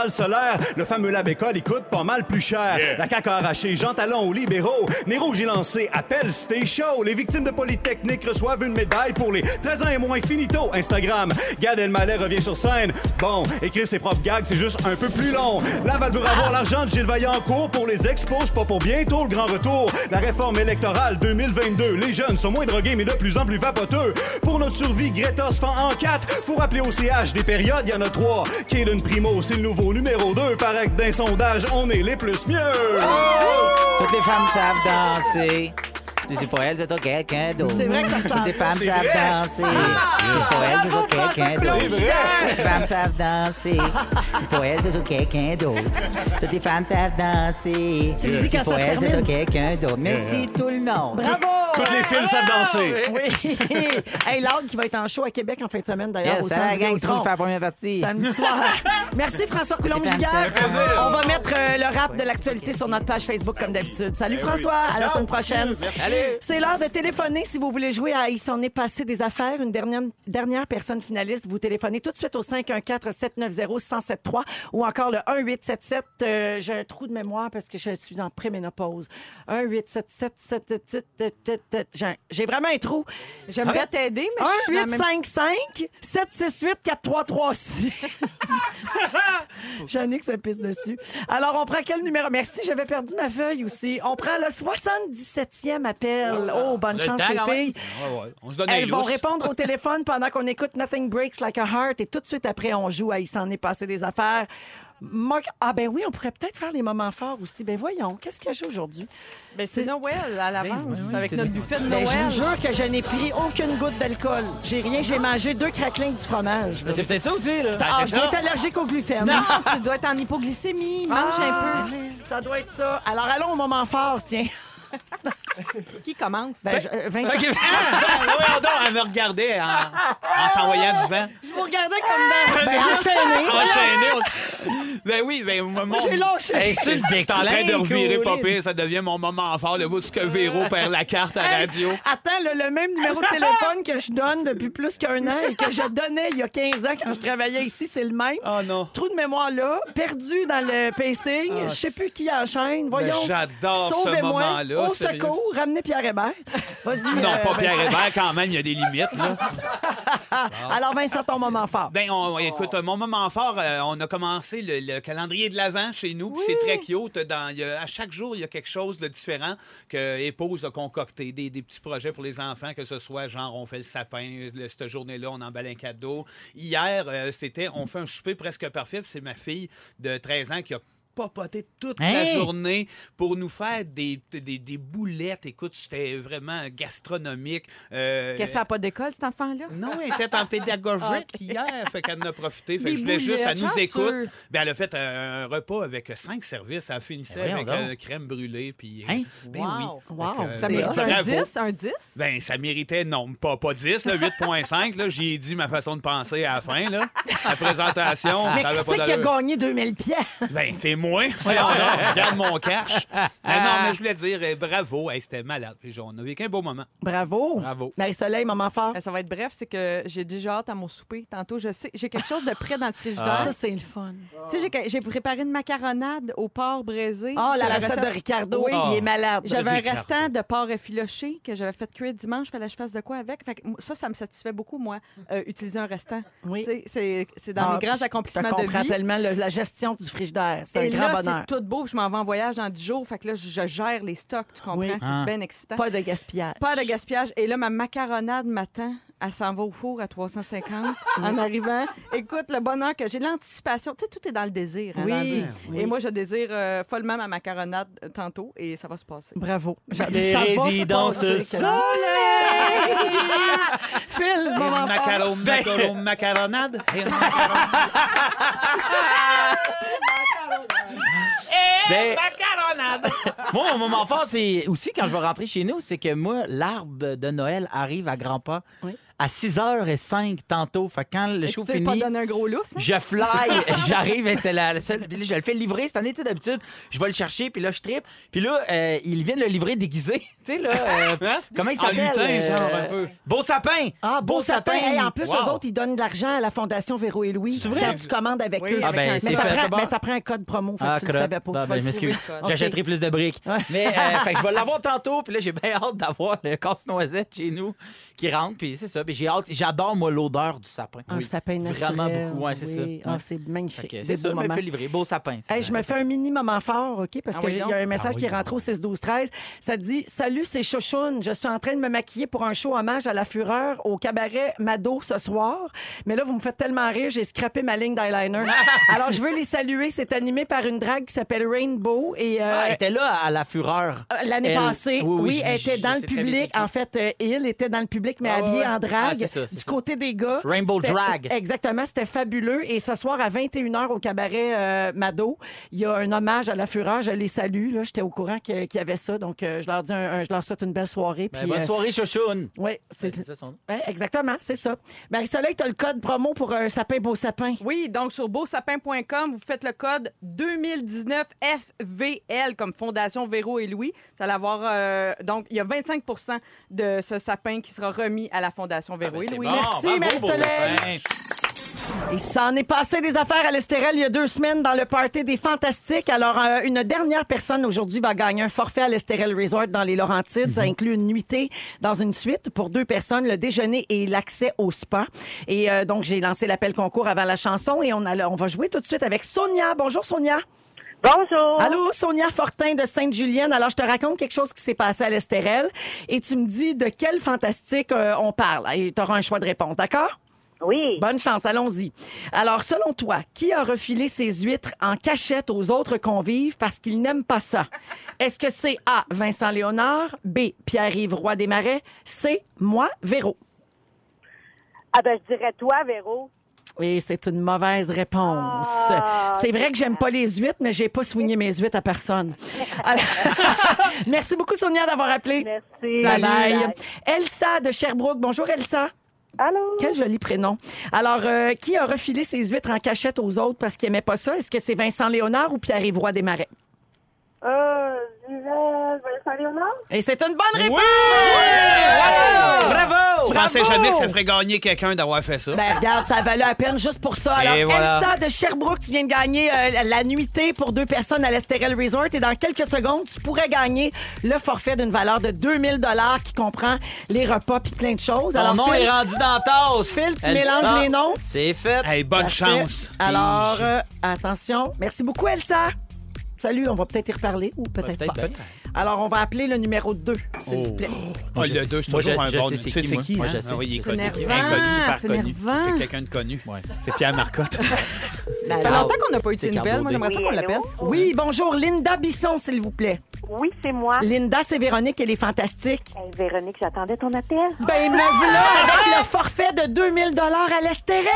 centrale solaire. Le fameux lab école, il coûte pas mal plus cher. Yeah. La C A Q a arraché, Jean Talon aux libéraux. Nez Rouge est lancé, appel, stay show. Les victimes de Polytechnique reçoivent une médaille pour les treize ans et moins finito. Instagram, Gad Elmaleh revient sur scène. Bon, écrire ses propres gags, c'est juste un peu plus long. Laval veut avoir l'argent de Gilles Vaillancourt pour les expos, pas pour bientôt le grand retour. La réforme électorale deux mille vingt-deux. Les jeunes sont moins drogués, mais de plus en plus vapoteux. Pour notre survie, Greta se fend en quatre. Faut rappeler au C H, des périodes, il y en a trois. Kaden Primo, c'est le nouveau numéro deux. Paraît que d'un sondage, on est les plus mieux. Toutes les femmes savent danser. Si c'est pour elles, c'est sur quelqu'un d'autre. C'est vrai que ça Toutes ressemble. les femmes C'est savent vrai. danser. Si c'est pour elles, c'est sur quelqu'un d'autre. C'est vrai. Toutes les femmes savent danser. Si c'est pour elles, c'est sur quelqu'un d'autre. Toutes les femmes savent danser. Tu me dis Si quand c'est pour ça se elles, c'est sur termine. quelqu'un d'autre. Merci tout le monde. Bravo! Toutes les filles savent danser. Oui. Hey, Loud qui va être en show à Québec en fin de semaine, d'ailleurs. Yes, au ça Centre la gang qui Vidéotron. va faire la première partie. Samedi soir. Merci François Coulombe-Giguère. On va mettre euh, le rap de l'actualité sur notre page Facebook comme d'habitude. Salut François, à la semaine prochaine. C'est l'heure de téléphoner si vous voulez jouer à Il s'en est passé des affaires. Une dernière, dernière personne finaliste, vous téléphonez tout de suite au cinq un quatre, sept neuf zéro, un zéro sept trois ou encore le un huit sept sept. Euh, j'ai un trou de mémoire parce que je suis en préménopause. un huit sept sept, sept sept sept. J'ai j'ai vraiment un trou. J'aimerais t'aider, mais je suis un dans la huit même... cinq cinq, sept six huit, quatre trois trois six. Jannick se pisse dessus. Alors, on prend quel numéro? Merci, j'avais perdu ma feuille aussi. On prend le soixante-dix-septième appel. Oh, bonne Le chance, temps, les quand même. filles. Ouais, ouais. On se donne Elles les vont lousses. répondre au téléphone pendant qu'on écoute Nothing Breaks Like a Heart et tout de suite après, on joue à Il s'en est passé des affaires. Marc- Ah ben oui, on pourrait peut-être faire les moments forts aussi. Ben voyons, qu'est-ce que j'ai aujourd'hui? Ben, c'est Noël à l'avance, avec notre buffet de Ben, Noël. je vous jure que je n'ai pris aucune goutte d'alcool. J'ai rien, j'ai mangé deux craquelins du fromage. C'est peut-être ça aussi, là. Ça- ah, je dois être allergique au gluten. Non, tu dois être en hypoglycémie. Mange un peu. Ça doit être ça. Alors allons au moment fort, tiens. Qui commence? Ben, je- euh, Vincent, Ah, ouais, donc, elle me regardait en, en s'envoyant du vent. je vous regardais comme dans... Ben, enchaîné. Enchaîné. on- Ben oui, ben mon... J'ai lâché. Hey, sur le J'étais en train de déclin, revirer pas Colin. pire, ça devient mon moment fort, le bout de ce que Véro perd la carte à Hey, radio. Attends, le, le même numéro de téléphone que je donne depuis plus qu'un an et que je donnais il y a quinze ans quand je travaillais ici, c'est le même. Oh non. Trou de mémoire là, perdu dans le pacing, je sais plus qui enchaîne. Voyons. Mais j'adore ce Sauvez-moi. moment-là, Au sérieux. secours, ramenez Pierre Hébert. Vas-y. Non, euh, pas Pierre Vincent. Hébert, quand même, il y a des limites, là. Alors, Vincent, ton moment fort. Ben, on, écoute, mon moment fort, euh, on a commencé le, le calendrier de l'Avent chez nous, puis c'est très cute. Dans, il y a- à chaque jour, il y a quelque chose de différent que Épouse a concocté, des, des petits projets pour les enfants, que ce soit genre, on fait le sapin, le- cette journée-là, on emballe un cadeau. Hier, euh, c'était, on fait un souper presque parfait, puis c'est ma fille de treize ans qui a papoté toute la Hein? journée pour nous faire des, des, des boulettes. Écoute, c'était vraiment gastronomique. Euh, Qu'est-ce que ça n'a pas d'école, cet enfant-là? non, elle était en pédagogique hier, fait qu'elle en a profité. Fait que Des je voulais juste, elle boulettes, nous écoute. chanceux. Ben, elle a fait un, un repas avec cinq services. Elle finissait Ben avec voyons euh, crème brûlée. Puis, Hein? ben Wow. oui. Wow. Fait que, Ça euh, mérite un bravo. dix? Un dix? Ben, ça méritait, non, pas, pas dix, là, huit virgule cinq. Là, j'ai dit ma façon de penser à la fin. Là. La présentation, Mais ça avait qui pas c'est qui a d'allure. gagné deux mille pièces? Ben, c'est moi. Voyons donc, regarde mon cash. Ben, non, mais je voulais dire euh, bravo. Hey, c'était malade. Puis on a vécu un beau moment. Bravo. Bravo. Marie-Soleil, moment fort. Ça va être bref, c'est que j'ai déjà hâte à mon souper. Tantôt, je sais, j'ai quelque chose de prêt dans le frigidaire. Ça, c'est le fun. Tu sais, j'ai, j'ai préparé une macaronade au porc braisé. Ah, C'est la recette de Ricardo, Oui. il est malade. J'avais un Ricardo. restant de porc effiloché que j'avais fait cuire dimanche. Fallait que je fasse de quoi avec. Fait que ça, ça me satisfait beaucoup, moi, euh, utiliser un restant. Oui. Tu sais, C'est, c'est dans Ah, mes grands je te accomplissements de comprends vie. tellement le- la gestion du frigidaire. C'est un Et grand là, bonheur. c'est tout beau. puis Je m'en vais en voyage dans dix jours. Fait que là, je gère les stocks, tu comprends? Oui. C'est Ah. bien excitant. Pas de gaspillage. Pas de gaspillage. Et là, ma macaronade m'attend. Elle s'en va au four à trois cent cinquante en arrivant. Écoute, le bonheur que j'ai, l'anticipation. Tu sais, tout est dans le désir. hein, Oui, dans la vie. oui. Et moi, je désire euh, follement ma macaronade euh, tantôt et ça va se passer. Bravo. Les Ça va se résidences passer, soleil. Phil, Et moment fort. macaro, macaro, macaronade. Et macaronade. Ben, Macaronade. moi, mon moment fort, c'est aussi quand je vais rentrer chez nous, c'est que moi, l'arbre de Noël arrive à grands pas. Oui. à six heures cinq tantôt. Fait que quand le Et show tu t'es finit, pas donné un gros lousse, hein? je fly, j'arrive et c'est la, la seule. Puis là, je le fais livrer cette année, tu sais, d'habitude. Je vais le chercher, puis là, je trippe. Puis là, euh, ils viennent le livrer déguisé. Tu sais, là. euh, Hein? Comment il En s'appelle? lutin, genre, un peu. Beau sapin! Ah, beau, sapin. Hey, en plus, Wow. eux autres, ils donnent de l'argent à la Fondation Véro et Louis C'est vrai? quand tu commandes avec Oui, eux. Ah, ben, mais, c'est ça fait. prend, Bon. mais ça prend un code promo, fait que Ah, tu le crotte. savais pas. Ah, Je ben, vais je le m'excuse. trouver, le code. J'achèterai plus de briques. Ouais. Mais euh, fait que je vais l'avoir tantôt. Puis là, j'ai bien hâte d'avoir le casse-noisette chez nous qui rentre. Puis c'est ça. Puis j'ai hâte. J'adore, moi, l'odeur du sapin. Un sapin naturel. Vraiment beaucoup. Ouais, c'est oui. ça. Ah, Ouais. c'est Fait magnifique. que Des C'est ça, beaux je me moments. fais livrer. Beau sapin. c'est Hey, ça. je me fais un mini moment fort, OK? Parce Ah que oui, j'ai- il donc. y a un message Ah oui, qui est rentré au six douze treize. Ça dit « Salut, c'est Chouchoune. Je suis en train de me maquiller pour un show hommage à la fureur au cabaret Mado ce soir. Mais là, vous me faites tellement rire, j'ai scrappé ma ligne d'eyeliner. Alors, je veux les saluer. C'est animé par une drague qui s'appelle Rainbow. Et, euh, Ah, elle était là à la fureur. euh, L'année Elle- passée, oui, oui, oui, je- elle était je dans sais le très bien public. c'est qui. En fait, euh, il était dans le public, mais Ah, habillé ouais. en drague. Ah, c'est ça, c'est du ça. côté des gars. Rainbow C'était- Drag. Exactement, c'était fabuleux. Et ce soir, à vingt et une heures, au cabaret euh, Mado, il y a un hommage à la fureur. Je les salue. Là. J'étais au courant que- qu'il y avait ça. Donc, euh, je leur dis un- un- je leur souhaite une belle soirée. Ben, Puis, bonne euh, soirée, Chouchoune. ouais, c'est C'est ça son nom. ouais, exactement, c'est ça. Marie-Soleil, tu as le code promo pour un sapin beau sapin. Oui, donc sur beausapin point com, vous faites le code deux mille dix-neuf F V L comme Fondation Véro et Louis. Vous allez avoir, euh, donc, il y a vingt-cinq pour cent de ce sapin qui sera remis à la Fondation Véro et C'est Louis. bon, Merci, bravo, Marie-Soleil. beau sapin. Il s'en est passé des affaires à l'Estérel il y a deux semaines dans le party des Fantastiques. Alors, euh, une dernière personne aujourd'hui va gagner un forfait à l'Estérel Resort dans les Laurentides. Ça inclut une nuitée dans une suite pour deux personnes, le déjeuner et l'accès au spa. Et euh, donc, j'ai lancé l'appel concours avant la chanson et on, a, on va jouer tout de suite avec Sonia. Bonjour, Sonia. Bonjour. Allô, Sonia Fortin de Sainte-Julienne. Alors, je te raconte quelque chose qui s'est passé à l'Estérel et tu me dis de quel fantastique euh, on parle. Et tu auras un choix de réponse, d'accord? Oui. Bonne chance, allons-y. Alors, selon toi, qui a refilé ses huîtres en cachette aux autres convives parce qu'ils n'aiment pas ça? Est-ce que c'est A, Vincent Léonard, B, Pierre-Yves Roy Desmarais, C, moi, Véro? Ah ben, je dirais toi, Véro. Et c'est une mauvaise réponse. Ah, c'est vrai que j'aime pas les huîtres, mais j'ai pas soigné mes huîtres à personne. Alors- Merci beaucoup, Sonia, d'avoir appelé. Merci. Bye bye. Bye. Elsa de Sherbrooke. Bonjour, Elsa. Allô? Quel joli prénom. Alors, euh, qui a refilé ses huîtres en cachette aux autres parce qu'il n'aimait pas ça? Est-ce que c'est Vincent Léonard ou Pierre-Yves Roy Desmarais? Euh, je dirais Vincent Léonard. Et c'est une bonne réponse! Bravo! Je pensais Bravo! jamais que ça ferait gagner quelqu'un d'avoir fait ça. Ben, regarde, ça valait la peine juste pour ça. Alors, Et voilà. Elsa de Sherbrooke, tu viens de gagner euh, la- la nuitée pour deux personnes à l'Estérel Resort. Et dans quelques secondes, tu pourrais gagner le forfait d'une valeur de deux mille dollars qui comprend les repas puis plein de choses. Ton Alors, nom Phil, est rendu dans la tasse. Phil, tu Elle mélanges sort. les noms. C'est fait. Hey, bonne Parfait. chance. Alors, euh, attention. Merci beaucoup, Elsa. Salut, on va peut-être y reparler ou peut-être Peut-être, pas. peut-être. Alors, on va appeler le numéro deux, s'il vous plaît. Ah, le deux, c'est Moi, toujours je- un je bon. sais Tu c'est sais qui, c'est moi. qui, Moi, hein? je sais. Ah oui, il est C'est connu. énervant, Inconnu, super c'est connu. énervant. C'est quelqu'un de connu. Ouais. C'est Pierre Marcotte. Ça fait longtemps qu'on n'a pas eu de C'est ces nouvelles. Moi, Carl j'aimerais ça Oui, qu'on l'appelle. allô? Oui, bonjour, Linda Bisson, s'il vous plaît. Oui, c'est moi. Linda, c'est Véronique, elle est fantastique. Hey, Véronique, j'attendais ton appel. Ben, me voilà avec le forfait de deux mille dollars à l'Estérel.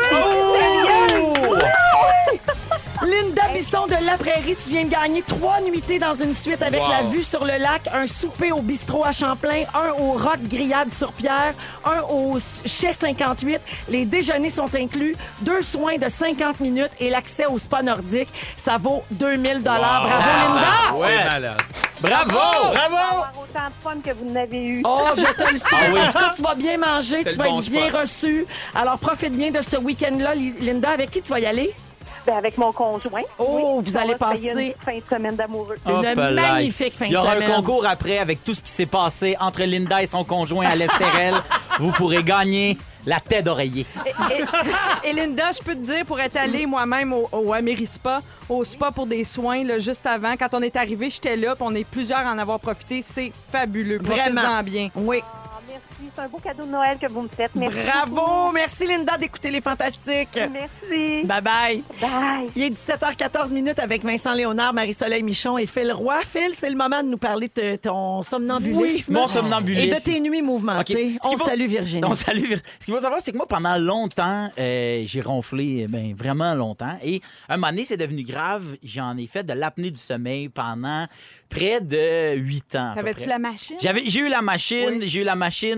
Oh! Linda Bisson de La Prairie, tu viens de gagner trois nuitées dans une suite avec Wow. la vue sur le lac, un souper au bistrot à Champlain, un au Rock Grillade sur Pierre, un au Chez cinquante-huit. Les déjeuners sont inclus, deux soins de cinquante minutes et l'accès au spa nordique. Ça vaut deux mille dollars. Wow. Bravo, Linda! C'est malade. Bravo! Bravo! avoir autant de fun que vous n'avez eu. Oh, je te le souhaite. Ah oui. En tout cas, tu vas bien manger, C'est tu le vas bon être bien spot. reçu. Alors, profite bien de ce week-end-là. Li- Linda, avec qui tu vas y aller? Ben, avec mon conjoint. Oh, vous on allez va se payer passer une fin de semaine d'amoureux. Hop une là. magnifique fin de Il y aura semaine. un concours après avec tout ce qui s'est passé entre Linda et son conjoint à l'Estérel. Vous pourrez gagner la tête d'oreiller. Et, et Linda, je peux te dire, pour être allée moi-même au, au Amérispa, au spa pour des soins, là, juste avant, quand on est arrivé, j'étais là, puis on est plusieurs à en avoir profité. C'est fabuleux. Vraiment. Profitez-en bien. Oui. Ah, merci, c'est un beau cadeau de Noël que vous me faites. Merci Bravo! beaucoup. Merci, Linda, d'écouter les Fantastiques. Merci. Bye-bye. Bye. Il est dix-sept heures quatorze minutes avec Vincent Léonard, Marie-Soleil Michon et Phil Roy. Phil, c'est le moment de nous parler de ton somnambulisme. Oui, mon somnambulisme. Et de tes nuits mouvementées. OK. Ce qu'il On faut- salue Virginie. On salue Vir- Ce qu'il faut savoir, c'est que moi, pendant longtemps, euh, j'ai ronflé, ben, vraiment longtemps. Et à un moment donné, c'est devenu grave. J'en ai fait de l'apnée du sommeil pendant près de huit ans. à peu T'avais-tu près. la machine? J'avais, j'ai eu la machine, Oui. j'ai eu la machine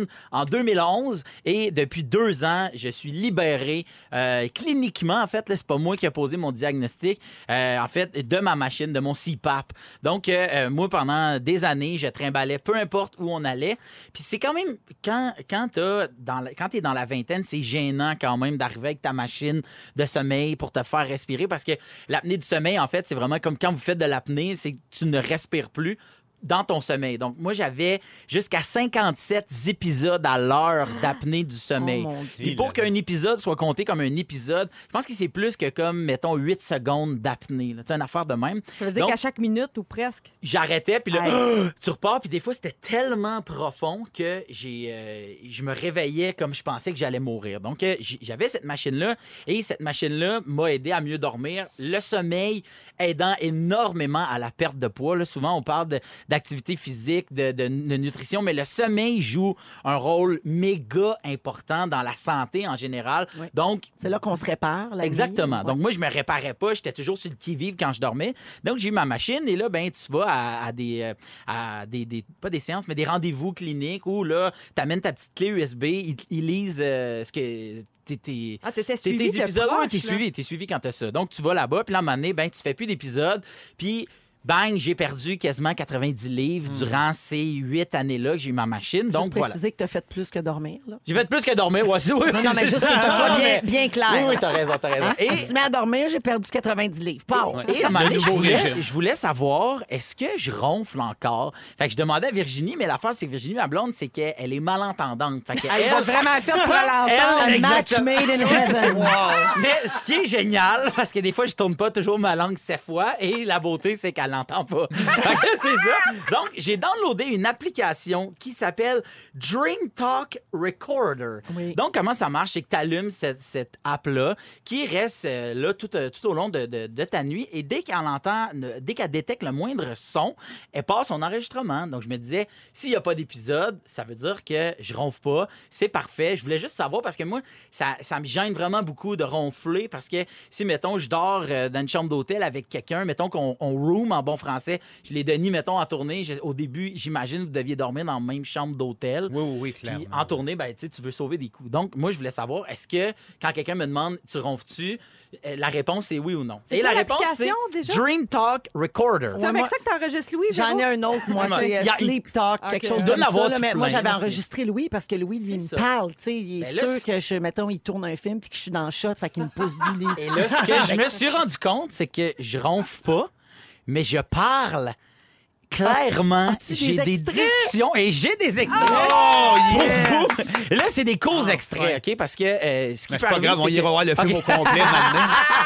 en deux mille onze et depuis deux ans, je suis libéré euh, cliniquement. En fait, là, c'est pas moi qui ai posé mon diagnostic, euh, en fait, de ma machine, de mon C PAP. Donc, euh, moi, pendant des années, je trimballais peu importe où on allait. Puis c'est quand même, quand, quand t'as dans la, quand t'es dans la vingtaine, c'est gênant quand même d'arriver avec ta machine de sommeil pour te faire respirer parce que l'apnée du sommeil, en fait, c'est vraiment comme quand vous faites de l'apnée, c'est que tu ne respires plus dans ton sommeil. Donc, moi, j'avais jusqu'à cinquante-sept épisodes à l'heure d'apnée du sommeil. Oh, mon Puis pour qu'un épisode soit compté comme un épisode, je pense que c'est plus que comme, mettons, huit secondes d'apnée. C'est une affaire de même. Ça veut dire Donc, qu'à chaque minute ou presque. j'arrêtais, puis là, Aïe. tu repars, puis des fois, c'était tellement profond que j'ai, euh, je me réveillais comme je pensais que j'allais mourir. Donc, euh, j- j'avais cette machine-là, et cette machine-là m'a aidé à mieux dormir. Le sommeil aidant énormément à la perte de poids. Là, souvent, on parle de, d'activité physique, de, de- de nutrition, mais le sommeil joue un rôle méga important dans la santé en général. Oui. Donc, C'est là qu'on se répare. La exactement. nuit. Donc, Ouais. moi, je me réparais pas. J'étais toujours sur le qui-vive quand je dormais. Donc, j'ai eu ma machine et là, ben, tu vas à, à des, euh, à des, des- pas des séances, mais des rendez-vous cliniques où là, tu amènes ta petite clé U S B, ils, ils lisent euh, ce que. T'es, t'es- Ah, t'étais t'es- suivi tes de épisodes, proche, ouais, t'es là. suivi, t'es suivi quand t'as ça. Donc, tu vas là-bas, puis là, à un moment donné, ben, tu fais plus d'épisodes, puis bang, j'ai perdu quasiment quatre-vingt-dix livres durant ces huit années-là que j'ai eu ma machine. Juste Donc, voilà. préciser que tu as fait plus que dormir. Là. J'ai fait plus que dormir, ouais, c'est- oui. Non, non, mais juste que ça Ah, soit bien, mais- bien clair. Oui, oui, t'as raison, t'as raison. Hein? Et- Je me suis mis à dormir, j'ai perdu quatre-vingt-dix livres. Pau! Ouais. Et à un moment Le donné, je nouveau voulais, régime. je voulais savoir, est-ce que je ronfle encore? Fait que je demandais à Virginie, mais l'affaire, c'est que Virginie, ma blonde, c'est qu'elle est malentendante. Fait qu'elle, Ils ont vraiment fait pour l'entendre. elle, Un match exactement. made in heaven. Mais ce qui est génial, parce que des fois, je tourne pas toujours ma langue sept fois, et la beauté, c'est qu'elle l'entend pas. Fait que c'est ça. Donc, j'ai downloadé une application qui s'appelle Dream Talk Recorder. Oui. Donc, comment ça marche? C'est que tu allumes cette, cette app-là qui reste euh, là tout, euh, tout au long de, de- de ta nuit, et dès qu'elle entend, ne- dès qu'elle détecte le moindre son, elle passe son enregistrement. Donc, je me disais, s'il n'y a pas d'épisode, ça veut dire que je ronfle pas. C'est parfait. Je voulais juste savoir parce que moi, ça, ça me gêne vraiment beaucoup de ronfler parce que si, mettons, je dors euh, dans une chambre d'hôtel avec quelqu'un, mettons qu'on on room en bon français, je l'ai donné, mettons, en tournée. Je- au début, j'imagine que vous deviez dormir dans la même chambre d'hôtel. Oui, oui, oui, Puis clairement. en tournée, ben, tu sais, tu veux sauver des coups. Donc, moi, je voulais savoir, est-ce que quand quelqu'un me demande, tu ronfles-tu, euh, la réponse, c'est oui ou non. C'est Et quoi la réponse, c'est l'application, déjà? Dream Talk Recorder. C'est avec ça que tu enregistres Louis? J'en ai un autre, moi. Ouais. C'est euh, Il y a- Sleep Talk, Ok. quelque chose Il doit comme en avoir ça. là, tout mais moi, plein, j'avais là, c'est- enregistré Louis parce que Louis, lui, C'est il me ça. parle. tu sais, Il est Ben là, sûr c'est- que, je, mettons, il tourne un film puis que je suis dans le shot, fait qu'il me pousse du lit. Et là, ce que je me suis rendu compte, c'est que je ronfle pas, mais je parle. Clairement, As-tu j'ai des des, extraits? discussions et j'ai des extraits. Oh, Pour yes! vous. Là, c'est des courts Ah, extraits, ouais. OK? Parce que euh, ce qui Mais peut c'est pas arriver, grave, on c'est ira que- voir le film OK. au complet maintenant.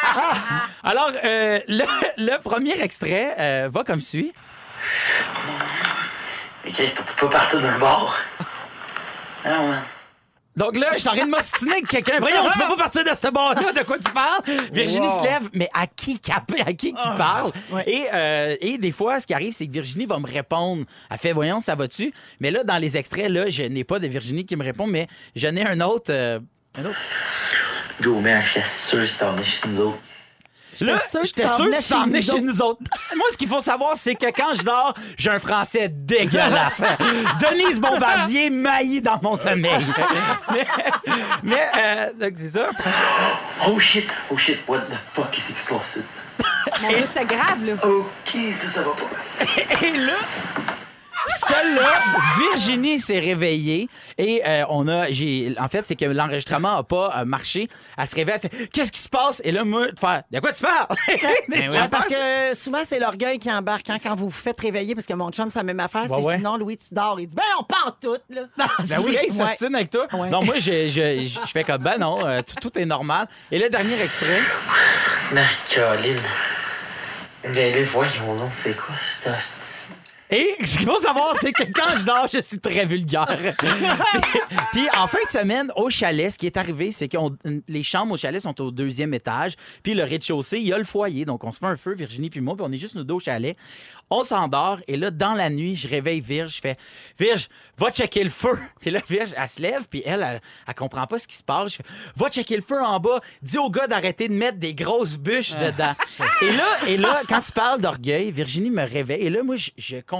Alors, euh, le, le premier extrait euh, va comme suit. Mais qu'est-ce que tu peux pas partir d'un bord? Non, man. Donc là, je suis en train de m'ostiner avec quelqu'un. Voyons, tu peux pas partir de ce bord-là. De quoi tu parles? Virginie Wow. se lève, mais à qui capé, à qui qui parle? Ouais. Et, euh, et des fois, ce qui arrive, c'est que Virginie va me répondre. Elle fait, voyons, ça va-tu? Mais là, dans les extraits, là, je n'ai pas de Virginie qui me répond, mais je n'ai un autre. euh, un autre. Joe, man, j'étais sûr que c'était emmené chez nous autres. Là, sûr que tu j'étais t'en sûr venais que tu t'en chez venais nous chez nous autres. Moi, ce qu'il faut savoir, c'est que quand je dors, j'ai un français dégueulasse. Denise Bombardier maillit dans mon sommeil. mais, mais euh, donc c'est ça. Oh shit, oh shit, what the fuck is explosive? Mon Dieu, c'était grave, là. Ok, ça, ça va pas. Et là, seule là, Virginie s'est réveillée et euh, on a, j'ai, en fait, c'est que l'enregistrement a pas euh, marché. Elle se réveille, elle fait, qu'est-ce qui se passe? Et là, moi, de faire, de quoi tu parles? Ben oui. Ouais, parce que souvent, c'est l'orgueil qui embarque hein, quand vous vous faites réveiller. Parce que mon chum, c'est la même affaire. Ouais, si ouais. je dis non, Louis, tu dors. Il dit, ben, on part toutes, là. Ben oui, il Ouais. s'ostine avec toi. Ouais. Non, moi, je, je, je, je fais comme, ben non, euh, tout, tout est normal. Et le dernier extrait. Non, Caroline. Ben là, voyons donc, c'est quoi cette hostie? Et ce qu'il faut savoir, c'est que quand je dors, je suis très vulgaire. Puis en fin de semaine, au chalet, ce qui est arrivé, c'est que les chambres au chalet sont au deuxième étage. Puis le rez-de-chaussée, il y a le foyer. Donc on se fait un feu, Virginie puis moi, puis on est juste nous deux au chalet. On s'endort et là, dans la nuit, je réveille Virge. Je fais « Virge, va checker le feu! » Puis là, Virge, elle se lève, puis elle, elle, elle comprend pas ce qui se passe. Je fais « Va checker le feu en bas. Dis au gars d'arrêter de mettre des grosses bûches dedans. » Et là, et là, quand tu parles d'orgueil, Virginie me réveille. Et là, moi, je, je comprends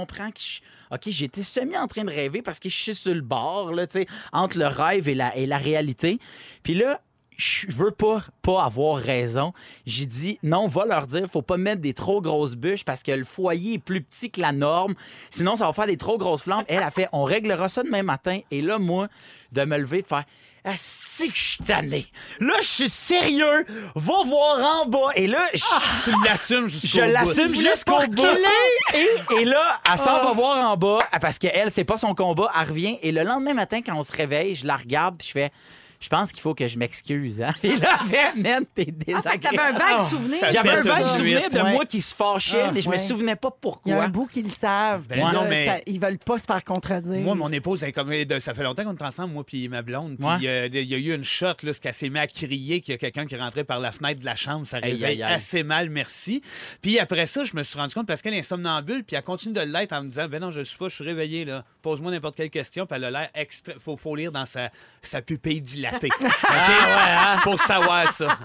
comprends que je- OK, j'étais semi en train de rêver parce que je suis sur le bord, là, tu sais, entre le rêve et la, et la réalité. Puis là, je veux pas, pas avoir raison. J'ai dit, non, va leur dire, faut pas mettre des trop grosses bûches parce que le foyer est plus petit que la norme. Sinon, ça va faire des trop grosses flammes. Elle a fait, on réglera ça demain matin. Et là, moi, de me lever, de faire, ah, si que je suis tanné. Là, je suis sérieux. Va voir en bas. Et là, je, Tu l'assumes jusqu'au je bout. l'assume jusqu'au bout. Et, et là, elle s'en va voir en bas parce qu'elle, c'est pas son combat. Elle revient. Et le lendemain matin, quand on se réveille, je la regarde puis je fais... Je pense qu'il faut que je m'excuse. Hein? Et là, elle man, t'es Ah, fait que t'avais un désagréable. vague souvenir. ça J'avais un pète vague une souvenir nuit. de Ouais. moi qui se fâchait, Ah, mais je ouais. me souvenais pas Il y a pourquoi. un bout qu'ils le savent. Ben puis non, là, mais- ça- ils veulent pas se faire contredire. Moi, mon épouse, elle est comme, de- ça fait longtemps qu'on est ensemble, moi puis ma blonde. Puis Ouais. euh, il y a eu une shot, là, ce qu'elle s'est mis à crier, qu'il y a quelqu'un qui rentrait par la fenêtre de la chambre. Ça Aïe, réveille aïe, aïe. assez mal, merci. Puis après ça, je me suis rendu compte, parce qu'elle est somnambule, puis elle continue de l'être en me disant, ben non, je ne suis pas, je suis réveillé, là. Pose-moi n'importe quelle question, puis elle a l'air extra... Faut, faut lire dans sa, sa pupille dilatée. OK? hein? Pour savoir ça.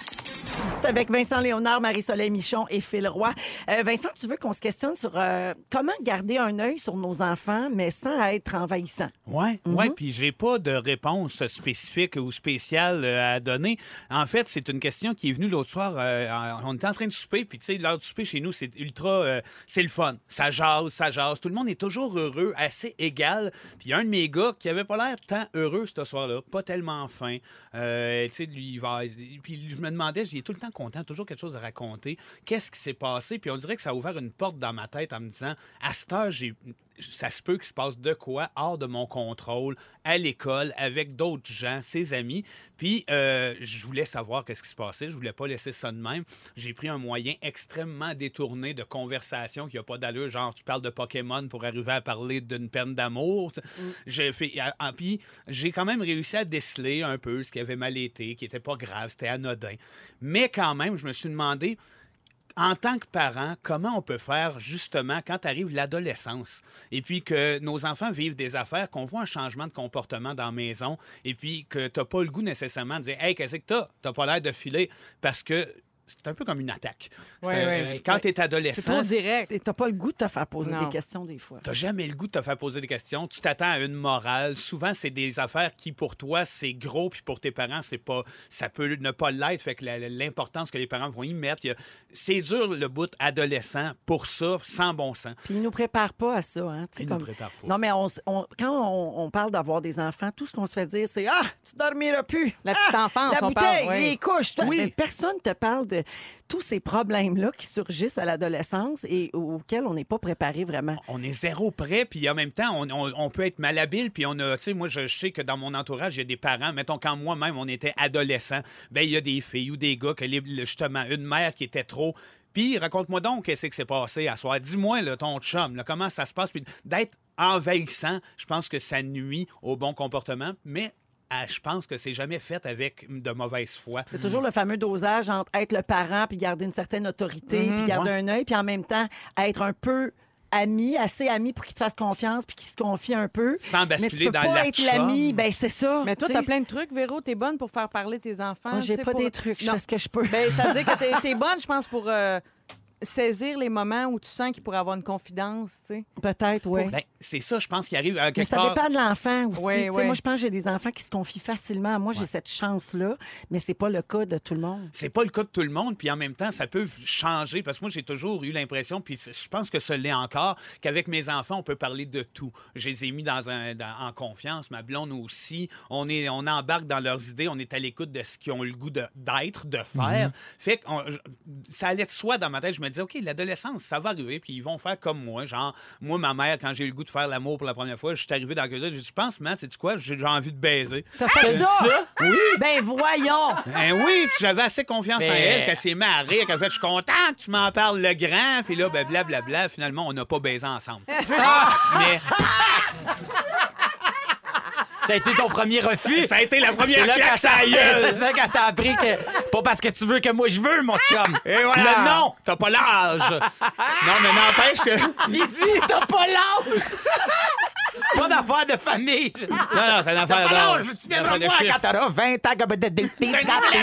Avec Vincent Léonard, Marie-Soleil Michon et Phil Roy. Euh, Vincent, tu veux qu'on se questionne sur euh, comment garder un œil sur nos enfants, mais sans être envahissant? Oui, ouais, puis j'ai pas de réponse spécifique ou spéciale euh, à donner. En fait, c'est une question qui est venue l'autre soir. euh, en- on était en train de souper, puis tu sais, l'heure du souper chez nous, c'est ultra... euh, c'est le fun. Ça jase, ça jase. Tout le monde est toujours heureux, assez égal. Puis il y a un de mes gars qui avait pas l'air tant heureux ce soir-là, pas tellement fin. Euh, tu sais, lui, il va... Puis je me demandais, j'ai tout le temps content, toujours quelque chose à raconter. Qu'est-ce qui s'est passé? Puis on dirait que ça a ouvert une porte dans ma tête en me disant, à cette heure, j'ai... ça se peut qu'il se passe de quoi hors de mon contrôle, à l'école, avec d'autres gens, ses amis. Puis, euh, je voulais savoir qu'est-ce qui se passait. Je voulais pas laisser ça de même. J'ai pris un moyen extrêmement détourné de conversation qui n'a pas d'allure. Genre, tu parles de Pokémon pour arriver à parler d'une peine d'amour. J'ai fait... ah, ah, Puis, j'ai quand même réussi à déceler un peu ce qui avait mal été, qui était pas grave, c'était anodin. Mais quand même, je me suis demandé... En tant que parent, comment on peut faire justement quand arrive l'adolescence et puis que nos enfants vivent des affaires, qu'on voit un changement de comportement dans la maison et puis que tu n'as pas le goût nécessairement de dire « Hey, qu'est-ce que t'as? T'as pas l'air de filer. » Parce que c'est un peu comme une attaque. Ouais, C'est- ouais. Quand Ouais. tu es adolescent... C'est trop direct. Et t'as pas le goût de te faire poser Non. des questions des fois. T'as jamais le goût de te faire poser des questions. Tu t'attends à une morale. Souvent, c'est des affaires qui, pour toi, c'est gros, puis pour tes parents, c'est pas, ça peut ne pas l'être. Fait que la- l'importance que les parents vont y mettre, il y a- c'est dur le bout adolescent pour ça, sans bon sens. Puis ils nous préparent pas à ça. Hein? Tu sais, Ils nous préparent pas. Non, mais on, s- on- quand on, on parle d'avoir des enfants, tout ce qu'on se fait dire, c'est « Ah, tu dormiras plus! La petite Ah, enfance, la on bouteille, parle, oui. les couches! » Oui. Mais personne te parle de tous ces problèmes-là qui surgissent à l'adolescence et auxquels on n'est pas préparé vraiment. On est zéro prêt, puis en même temps, on, on- on peut être malhabile, puis on a, tu sais, moi, je sais que dans mon entourage, il y a des parents, mettons, quand moi-même, on était adolescent, ben il y a des filles ou des gars, que les- justement, une mère qui était trop... Puis, raconte-moi donc qu'est-ce qui s'est passé à soir. Dis-moi, là, ton chum, là, comment ça se passe, puis d'être envahissant, je pense que ça nuit au bon comportement, mais... ah, je pense que c'est jamais fait avec de mauvaise foi. C'est toujours le fameux dosage entre être le parent puis garder une certaine autorité, puis garder Ouais. un œil, puis en même temps être un peu ami, assez ami pour qu'il te fasse confiance puis qu'il se confie un peu. Sans Mais tu basculer peux dans pas la être l'ami, chum. ben c'est ça. Mais toi, Tu t'as sais, plein de trucs, Véro. T'es bonne pour faire parler tes enfants. Moi, j'ai tu sais, pas pour- des trucs, je Non. fais ce que je peux. Ben, c'est-à-dire que t'es, t'es bonne, je pense, pour euh, saisir les moments où tu sens qu'il pourrait avoir une confidence, tu sais. Peut-être, oui. Ben, c'est ça, je pense, qui arrive à Mais quelque ça part. dépend de l'enfant aussi. Oui, Tu sais, oui. Moi, je pense que j'ai des enfants qui se confient facilement. Moi, j'ai cette chance-là, mais c'est pas le cas de tout le monde. C'est pas le cas de tout le monde, puis en même temps, ça peut changer, parce que moi, j'ai toujours eu l'impression, puis je pense que ça l'est encore, qu'avec mes enfants, on peut parler de tout. Je les ai mis dans un, dans- en confiance, ma blonde aussi. On, est, on embarque dans leurs idées, on est à l'écoute de ce qu'ils ont le goût de- d'être, de faire. Fait que on- je- ça allait de soi dans ma tête. Je me disais, OK, l'adolescence, ça va arriver, puis ils vont faire comme moi. Genre, moi, ma mère, quand j'ai eu le goût de faire l'amour pour la première fois, je suis arrivé dans la cuisine, j'ai dit, je pense, man, sais-tu quoi? J'ai j'ai envie de baiser. T'as fait ça? ça? Oui. Ben voyons! Ben oui, puis j'avais assez confiance en Mais- elle qu'elle s'est mise à rire, qu'elle a fait « Je suis contente, tu m'en parles le grand », puis là, ben blablabla, finalement, on n'a pas baisé ensemble. Mais Ça a été ton premier refus. ça a été la première C'est là claque qu'elle sur la t'a- gueule. C'est ça quand t'as appris que pas parce que tu veux que moi je veux, mon chum. Et voilà! Le non! T'as pas l'âge! Non, mais n'empêche que... Il dit t'as pas l'âge. Pas d'affaire de famille. Non, non, c'est une T'as affaire pas d'âge. l'âge. Tu Une viendras affaire de voir chiffre. quand t'auras vingt ans. comme de- de- de- de- de-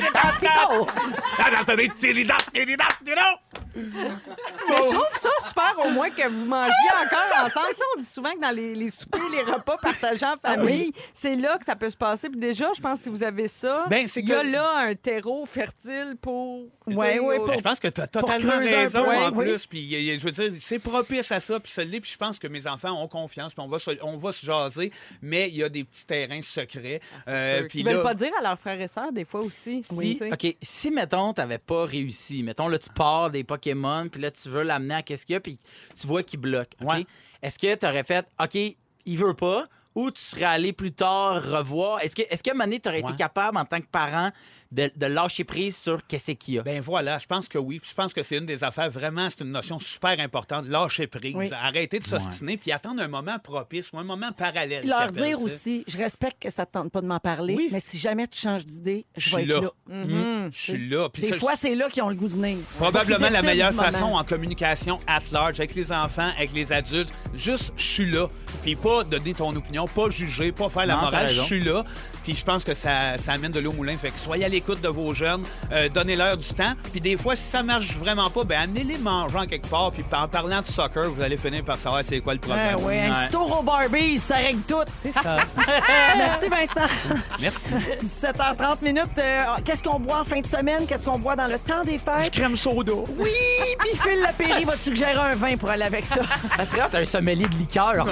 Ah, non, t'as des petits ridats, des ridats, des ridats. Mais je trouve ça super au moins que vous mangiez encore ensemble. Tu sais, on dit souvent que dans les, les soupers, les repas partagés en famille, c'est là que ça peut se passer. Puis déjà, je pense que si vous avez ça, Ben, c'est il y a que- là un terreau fertile pour... Ouais, ouais, pour- pour- Ben, je pense que tu as totalement creuser un raison peu, en oui. plus. Puis, y a- y a- je veux dire, c'est propice à ça. Puis, ça l'est. Puis, je pense que mes enfants ont confiance. Puis, on va se, on va se jaser. Mais il y a des petits terrains secrets. Euh, Ils puis veulent là- pas dire à leurs frères et sœurs, des fois aussi. Si, tu sais. OK, si, mettons, t'avais pas réussi, mettons, là, tu pars des Pokémon, puis là, tu veux l'amener à qu'est-ce qu'il y a, puis tu vois qu'il bloque, OK? Ouais. Est-ce que t'aurais fait, OK, il veut pas, ou tu serais allé plus tard revoir? Est-ce que, est-ce que Mané, t'aurais Ouais. été capable, en tant que parent, de, de lâcher prise sur qu'est-ce qu'il y a? Ben voilà, je pense que oui. Puis je pense que c'est une des affaires, vraiment, c'est une notion super importante. Lâcher prise, Oui. arrêter de s'ostiner, puis attendre un moment propice ou un moment parallèle. Leur qu'ils appellent dire ça. aussi, je respecte que ça te tente pas de m'en parler, Oui. mais si jamais tu changes d'idée, je Je vais suis être là. là. Mhm. Je suis là. Puis Des ça, fois, c'est là qu'ils ont le goût de venir. probablement Faut la qu'ils meilleure décident du façon moment. en communication at large, avec les enfants, avec les adultes. Juste, je suis là. Puis pas donner ton opinion, pas juger, pas faire la Non, t'as morale. Je raison. suis là. Puis je pense que ça, ça amène de l'eau au moulin. Fait que soyez à l'écoute de vos jeunes, euh, donnez-leur du temps. Puis des fois, si ça marche vraiment pas, ben amenez-les manger quelque part. Puis en parlant de soccer, vous allez finir par savoir c'est quoi le problème. Ah ouais, un Ouais. petit tour au Barbie, ça règle tout. C'est ça. Merci Vincent. Merci. dix-sept heures trente minutes. euh, Qu'est-ce qu'on boit en fin de semaine? Qu'est-ce qu'on boit dans le temps des fêtes? Crème soda. Oui, puis Phil Lapéry va te suggérer un vin pour aller avec ça. Ça serait t'as un sommelier de liqueur.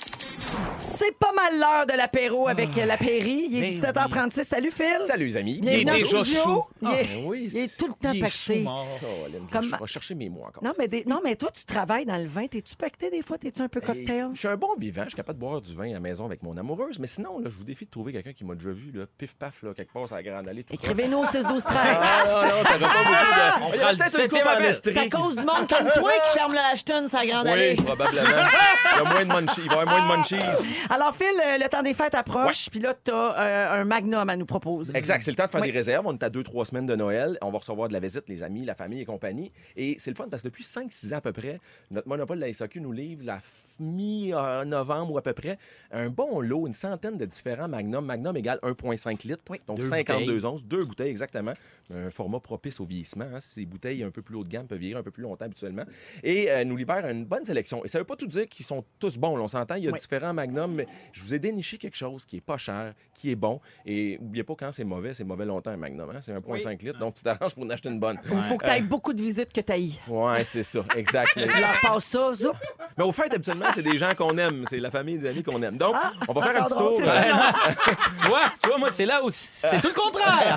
C'est pas mal l'heure de l'apéro avec euh, Lapéry. Il est Ben dix-sept heures trente-six. Salut Phil. Salut les amis. Bienvenue Il est en déjà studio. sous. Il est, Ah, ben oui, il est tout le temps Il est pacté. sous-mort. Oh, Lynn, Comme- Je vais chercher mes mots encore. Non mais, des- non, mais toi, tu travailles dans le vin. T'es-tu pacté des fois? T'es-tu un peu cocktail? Je suis un bon vivant, je suis capable de boire du vin à la maison avec mon amoureuse, mais sinon, là, je vous défie de trouver quelqu'un qui m'a déjà vu, là, pif paf, là, quelque part sur la grande allée. Tout Écrivez-nous au six douze treize. Ah non, non, t'avais pas beaucoup de. On Il y prend a le peut-être une dix-septième coupe en appel. C'est à Estrie. cause du monde comme toi qui ferme le Ashton, sa grande allée. Oui, probablement. Il y a moins de munchies. Il va y avoir moins de munchies. Alors, Phil, euh, le temps des fêtes approche, puis là, tu as un magnum à nous proposer. Exact, c'est le temps de faire Oui. des réserves. On est à deux, trois semaines de Noël. On va recevoir de la visite, les amis, la famille et compagnie. Et c'est le fun parce que depuis cinq six ans à peu près, notre monopole de la S A Q nous livre la f- mi-novembre ou à peu près un bon lot, une centaine de différents magnums. Magnum égale un virgule cinq litres, Oui. donc Deux cinquante-deux bouteilles. onces, deux bouteilles exactement. Un format propice au vieillissement. Hein. Ces bouteilles un peu plus haut de gamme peuvent vieillir un peu plus longtemps habituellement. Et euh, nous libère une bonne sélection. Et ça ne veut pas tout dire qu'ils sont tous bons. Là, on s'entend, il y a Oui. différents magnums, mais je vous ai déniché quelque chose qui est pas cher, qui est bon. Et n'oubliez pas, quand c'est mauvais, c'est mauvais longtemps un magnum. Hein? C'est un virgule cinq litres, donc tu t'arranges pour en acheter une bonne. Il faut que tu aies beaucoup de visites que tu ailles. Ouais, c'est ça, exact. Mais, Tu leur passes ça, zoup. mais au fait, habituellement, c'est des gens qu'on aime. C'est la famille et des amis qu'on aime. Donc, on va faire un petit drôle, tour. c'est ça, euh, tu vois, tu vois, moi, c'est là où c'est tout le contraire.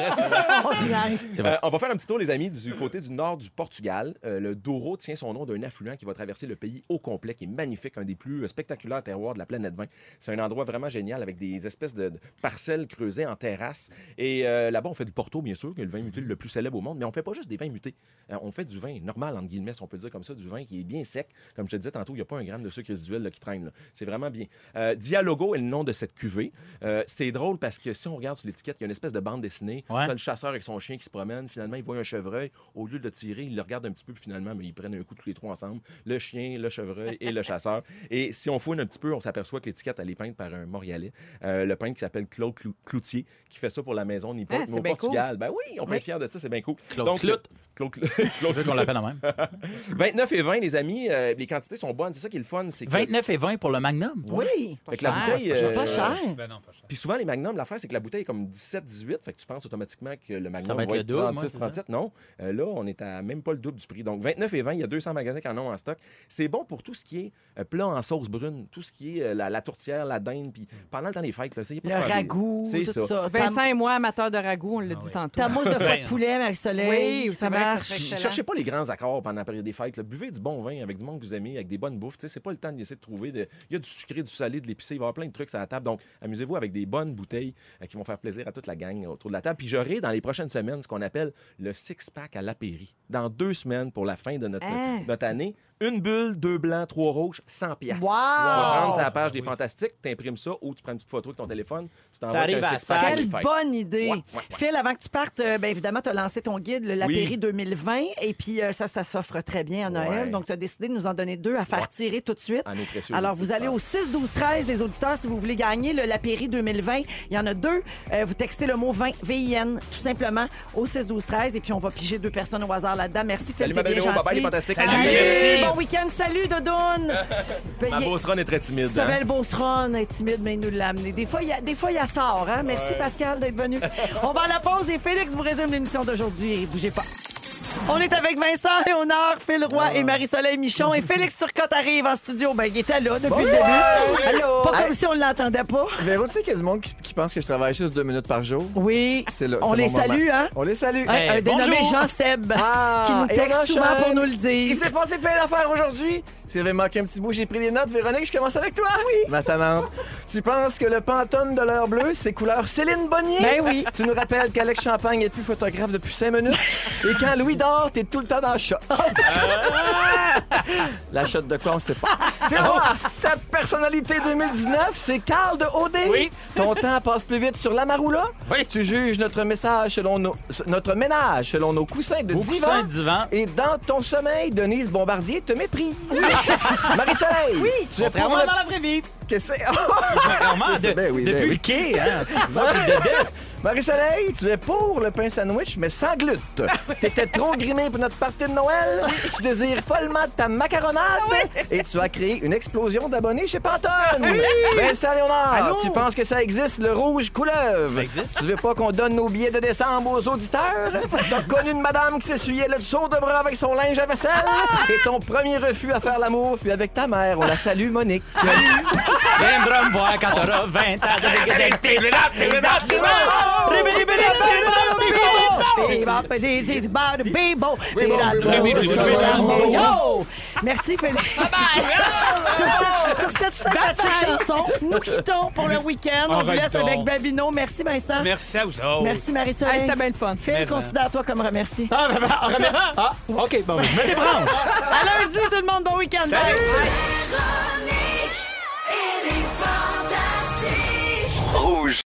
C'est vrai. Euh, on va faire un petit tour, les amis, du côté du nord du Portugal. Euh, le Douro tient son nom d'un affluent qui va traverser le pays au complet, qui est magnifique, un des plus euh, spectaculaires terroirs de la planète vin. C'est un endroit vraiment génial avec des espèces de, de parcelles creusées en terrasse. Et euh, là-bas, on fait du Porto, bien sûr, qui est le vin muté le plus célèbre au monde, mais on fait pas juste des vins mutés. Euh, on fait du vin normal, entre guillemets, si on peut dire comme ça, du vin qui est bien sec. Comme je te disais tantôt, il n'y a pas un gramme de sucre résiduel là, qui traîne. là. C'est vraiment bien. Euh, Dialogo est le nom de cette cuvée. Euh, c'est drôle parce que si on regarde sur l'étiquette, il y a une espèce de bande dessinée. Ouais. T'as le chasseur avec son chien qui se promène. Finalement, il voit un chevreuil. Au lieu de le tirer, il le regarde un petit peu. Puis finalement, ben, ils prennent un coup tous les trois ensemble. Le chien, le chevreuil et le chasseur. Et si on fouine un petit peu, on s'aperçoit que l'étiquette, elle est peinte par un Montréalais. Euh, le peintre qui s'appelle Claude Clou- Cloutier, qui fait ça pour la maison Nippon. Ah, c'est au bien Portugal. Ben oui, on peut Oui. être fiers de ça. C'est bien cool. Claude Donc, Clout. Claude Clou- Claude Je veux qu'on l'appelle en même. vingt-neuf et vingt, les amis. euh, les quantités sont bonnes. C'est ça qui est le fun. C'est que- vingt-neuf et vingt pour le Magnum. Oui. Fait que la cher, bouteille. C'est pas euh, cher. Ben non, pas cher. Puis souvent, les magnums, l'affaire, c'est que la bouteille est comme dix-sept dix-huit. Fait que tu penses automatiquement que le magnum Ça va être le double, moi, trente-six c'est trente-sept. Non. Euh, là, on est à même pas le double du prix. Donc, vingt-neuf et vingt, il y a deux cents magasins qui en ont en stock. C'est bon pour tout ce qui est euh, plat en sauce brune, tout ce qui est euh, la, la tourtière, la dinde. Puis pendant le temps des fêtes, là, essayez pas Le de faire des- ragoût, C'est tout ça. ça. Vincent et moi, amateurs de ragoût, on l'a Ah dit oui. tantôt. Ta mousse de foie Ben, de poulet, Marie-Soleil, Oui, ça c'est vrai que ça marche. serait excellent. Cherchez pas les grands accords pendant la période des fêtes. là. Buvez du bon vin avec du monde que vous aimez, avec des bonnes bouffes. Tu sais, c'est pas le temps d'essayer de trouver. De... Il y a du sucré, du salé, de l'épicé. Il va y avoir plein de trucs à la table. Donc, amusez-vous avec des bonnes bouteilles euh, qui vont faire plaisir à toute la gang autour de la table. Puis j'aurai dans les prochaines semaines ce qu'on appelle le six-pack à l'apéri. Dans deux semaines pour la fin de notre, Hein? notre année. Une bulle, deux blancs, trois rouges, cent piastres. Wow! Tu vas prendre sur la page des Oui. Fantastiques, tu imprimes ça ou tu prends une petite photo avec ton téléphone, tu t'envoies T'arrives avec un à six-pack. ça. à les Quelle fêtes. bonne idée. Ouais, ouais, ouais. Phil, avant que tu partes, euh, bien évidemment, tu as lancé ton guide, le Lapéry Oui. deux mille vingt, et puis euh, ça, ça s'offre très bien à Noël. Ouais. Donc, tu as décidé de nous en donner deux à faire Ouais. tirer tout de suite. À nos précieux Alors, vous allez auditeurs. au six douze treize, les auditeurs, si vous voulez gagner le Lapéry deux mille vingt. Il y en a deux. Euh, vous textez le mot vingt, V I N, tout simplement, au six douze treize, et puis on va piger deux personnes au hasard là-dedans. Merci, Phil, Salut, ma t'es bien belle Véro. Bye bye, gentil. les Fantastiques. Salut, Salut, merci. bon bon week-end. Salut, Dodoune. Ma Beauceronne est très timide. Isabelle Hein? Beauceronne est timide, mais il nous l'a amené. Des fois, il y a, des fois, il y a sort. Hein? Merci, Pascal, d'être venu. On va à la pause et Félix vous résume l'émission d'aujourd'hui. Bougez pas. On est avec Vincent Léonard, Phil Roy et Marie-Soleil Michon. Et Félix Turcotte arrive en studio. Ben, il était là depuis le début. Allô. Pas comme Hey. si on ne l'entendait pas. Véro, tu sais qu'il y a du monde qui, qui pense que je travaille juste deux minutes par jour? Oui. C'est là, On c'est les mon moment. salue, hein? On les salue. Un, un dénommé Jean Seb Ah, qui nous et texte on souvent enchaîne. pour nous le dire. Il s'est passé plein d'affaires aujourd'hui. C'est vraiment manqué un petit bout. J'ai pris des notes. Véronique, je commence avec toi. Oui. Ma tannante. Tu penses que le Pantone de l'heure bleue, c'est couleur Céline Bonnier? Ben oui. Tu nous rappelles qu'Alex Champagne est plus photographe depuis cinq minutes. Et quand Louis dort, t'es tout le temps dans le shot. La shot de quoi, on sait pas. Véro, ta personnalité deux mille dix-neuf, c'est Carl de O D. Oui. Ton temps passe plus vite sur la Maroula. Oui. Tu juges notre message selon nos, notre ménage selon nos coussins de Vos divan. coussins de divan. Et dans ton sommeil, Denise Bombardier te méprise. Marie-Soleil. Oui. Tu es pour Contrairement le... dans la vraie vie. Qu'est-ce que c'est? Contrairement, C'est ça, de- ben oui, ben depuis oui. le quai, hein. Moi, puis le début. Marie-Soleil, tu es pour le pain sandwich, mais sans gluten. T'étais trop grimé pour notre party de Noël. Tu désires follement ta macaronade. Et tu as créé une explosion d'abonnés chez Pantone. Vincent Léonard, Allô? tu penses que ça existe, le rouge couleuvre? Ça existe? Tu veux pas qu'on donne nos billets de décembre aux auditeurs? T'as connu une madame qui s'essuyait le saut de bras avec son linge à vaisselle? Et ton premier refus à faire l'amour fut avec ta mère. On la salue, Monique. Salut! Viendra me voir quand t'auras vingt ans. Yo! Merci, Félix. Sur cette, sur cette sympathique chanson, nous quittons pour le week-end. On vous Arrête laisse donc. avec Babino. Merci, Vincent. Merci à vous autres. Merci, Marie-Soleil. Hey, c'était bien le fun. Phil, Mais, considère-toi comme remercié. Ah, OK, bon, je me débranche. À lundi, tout le monde, bon week-end. Bye. Véronique.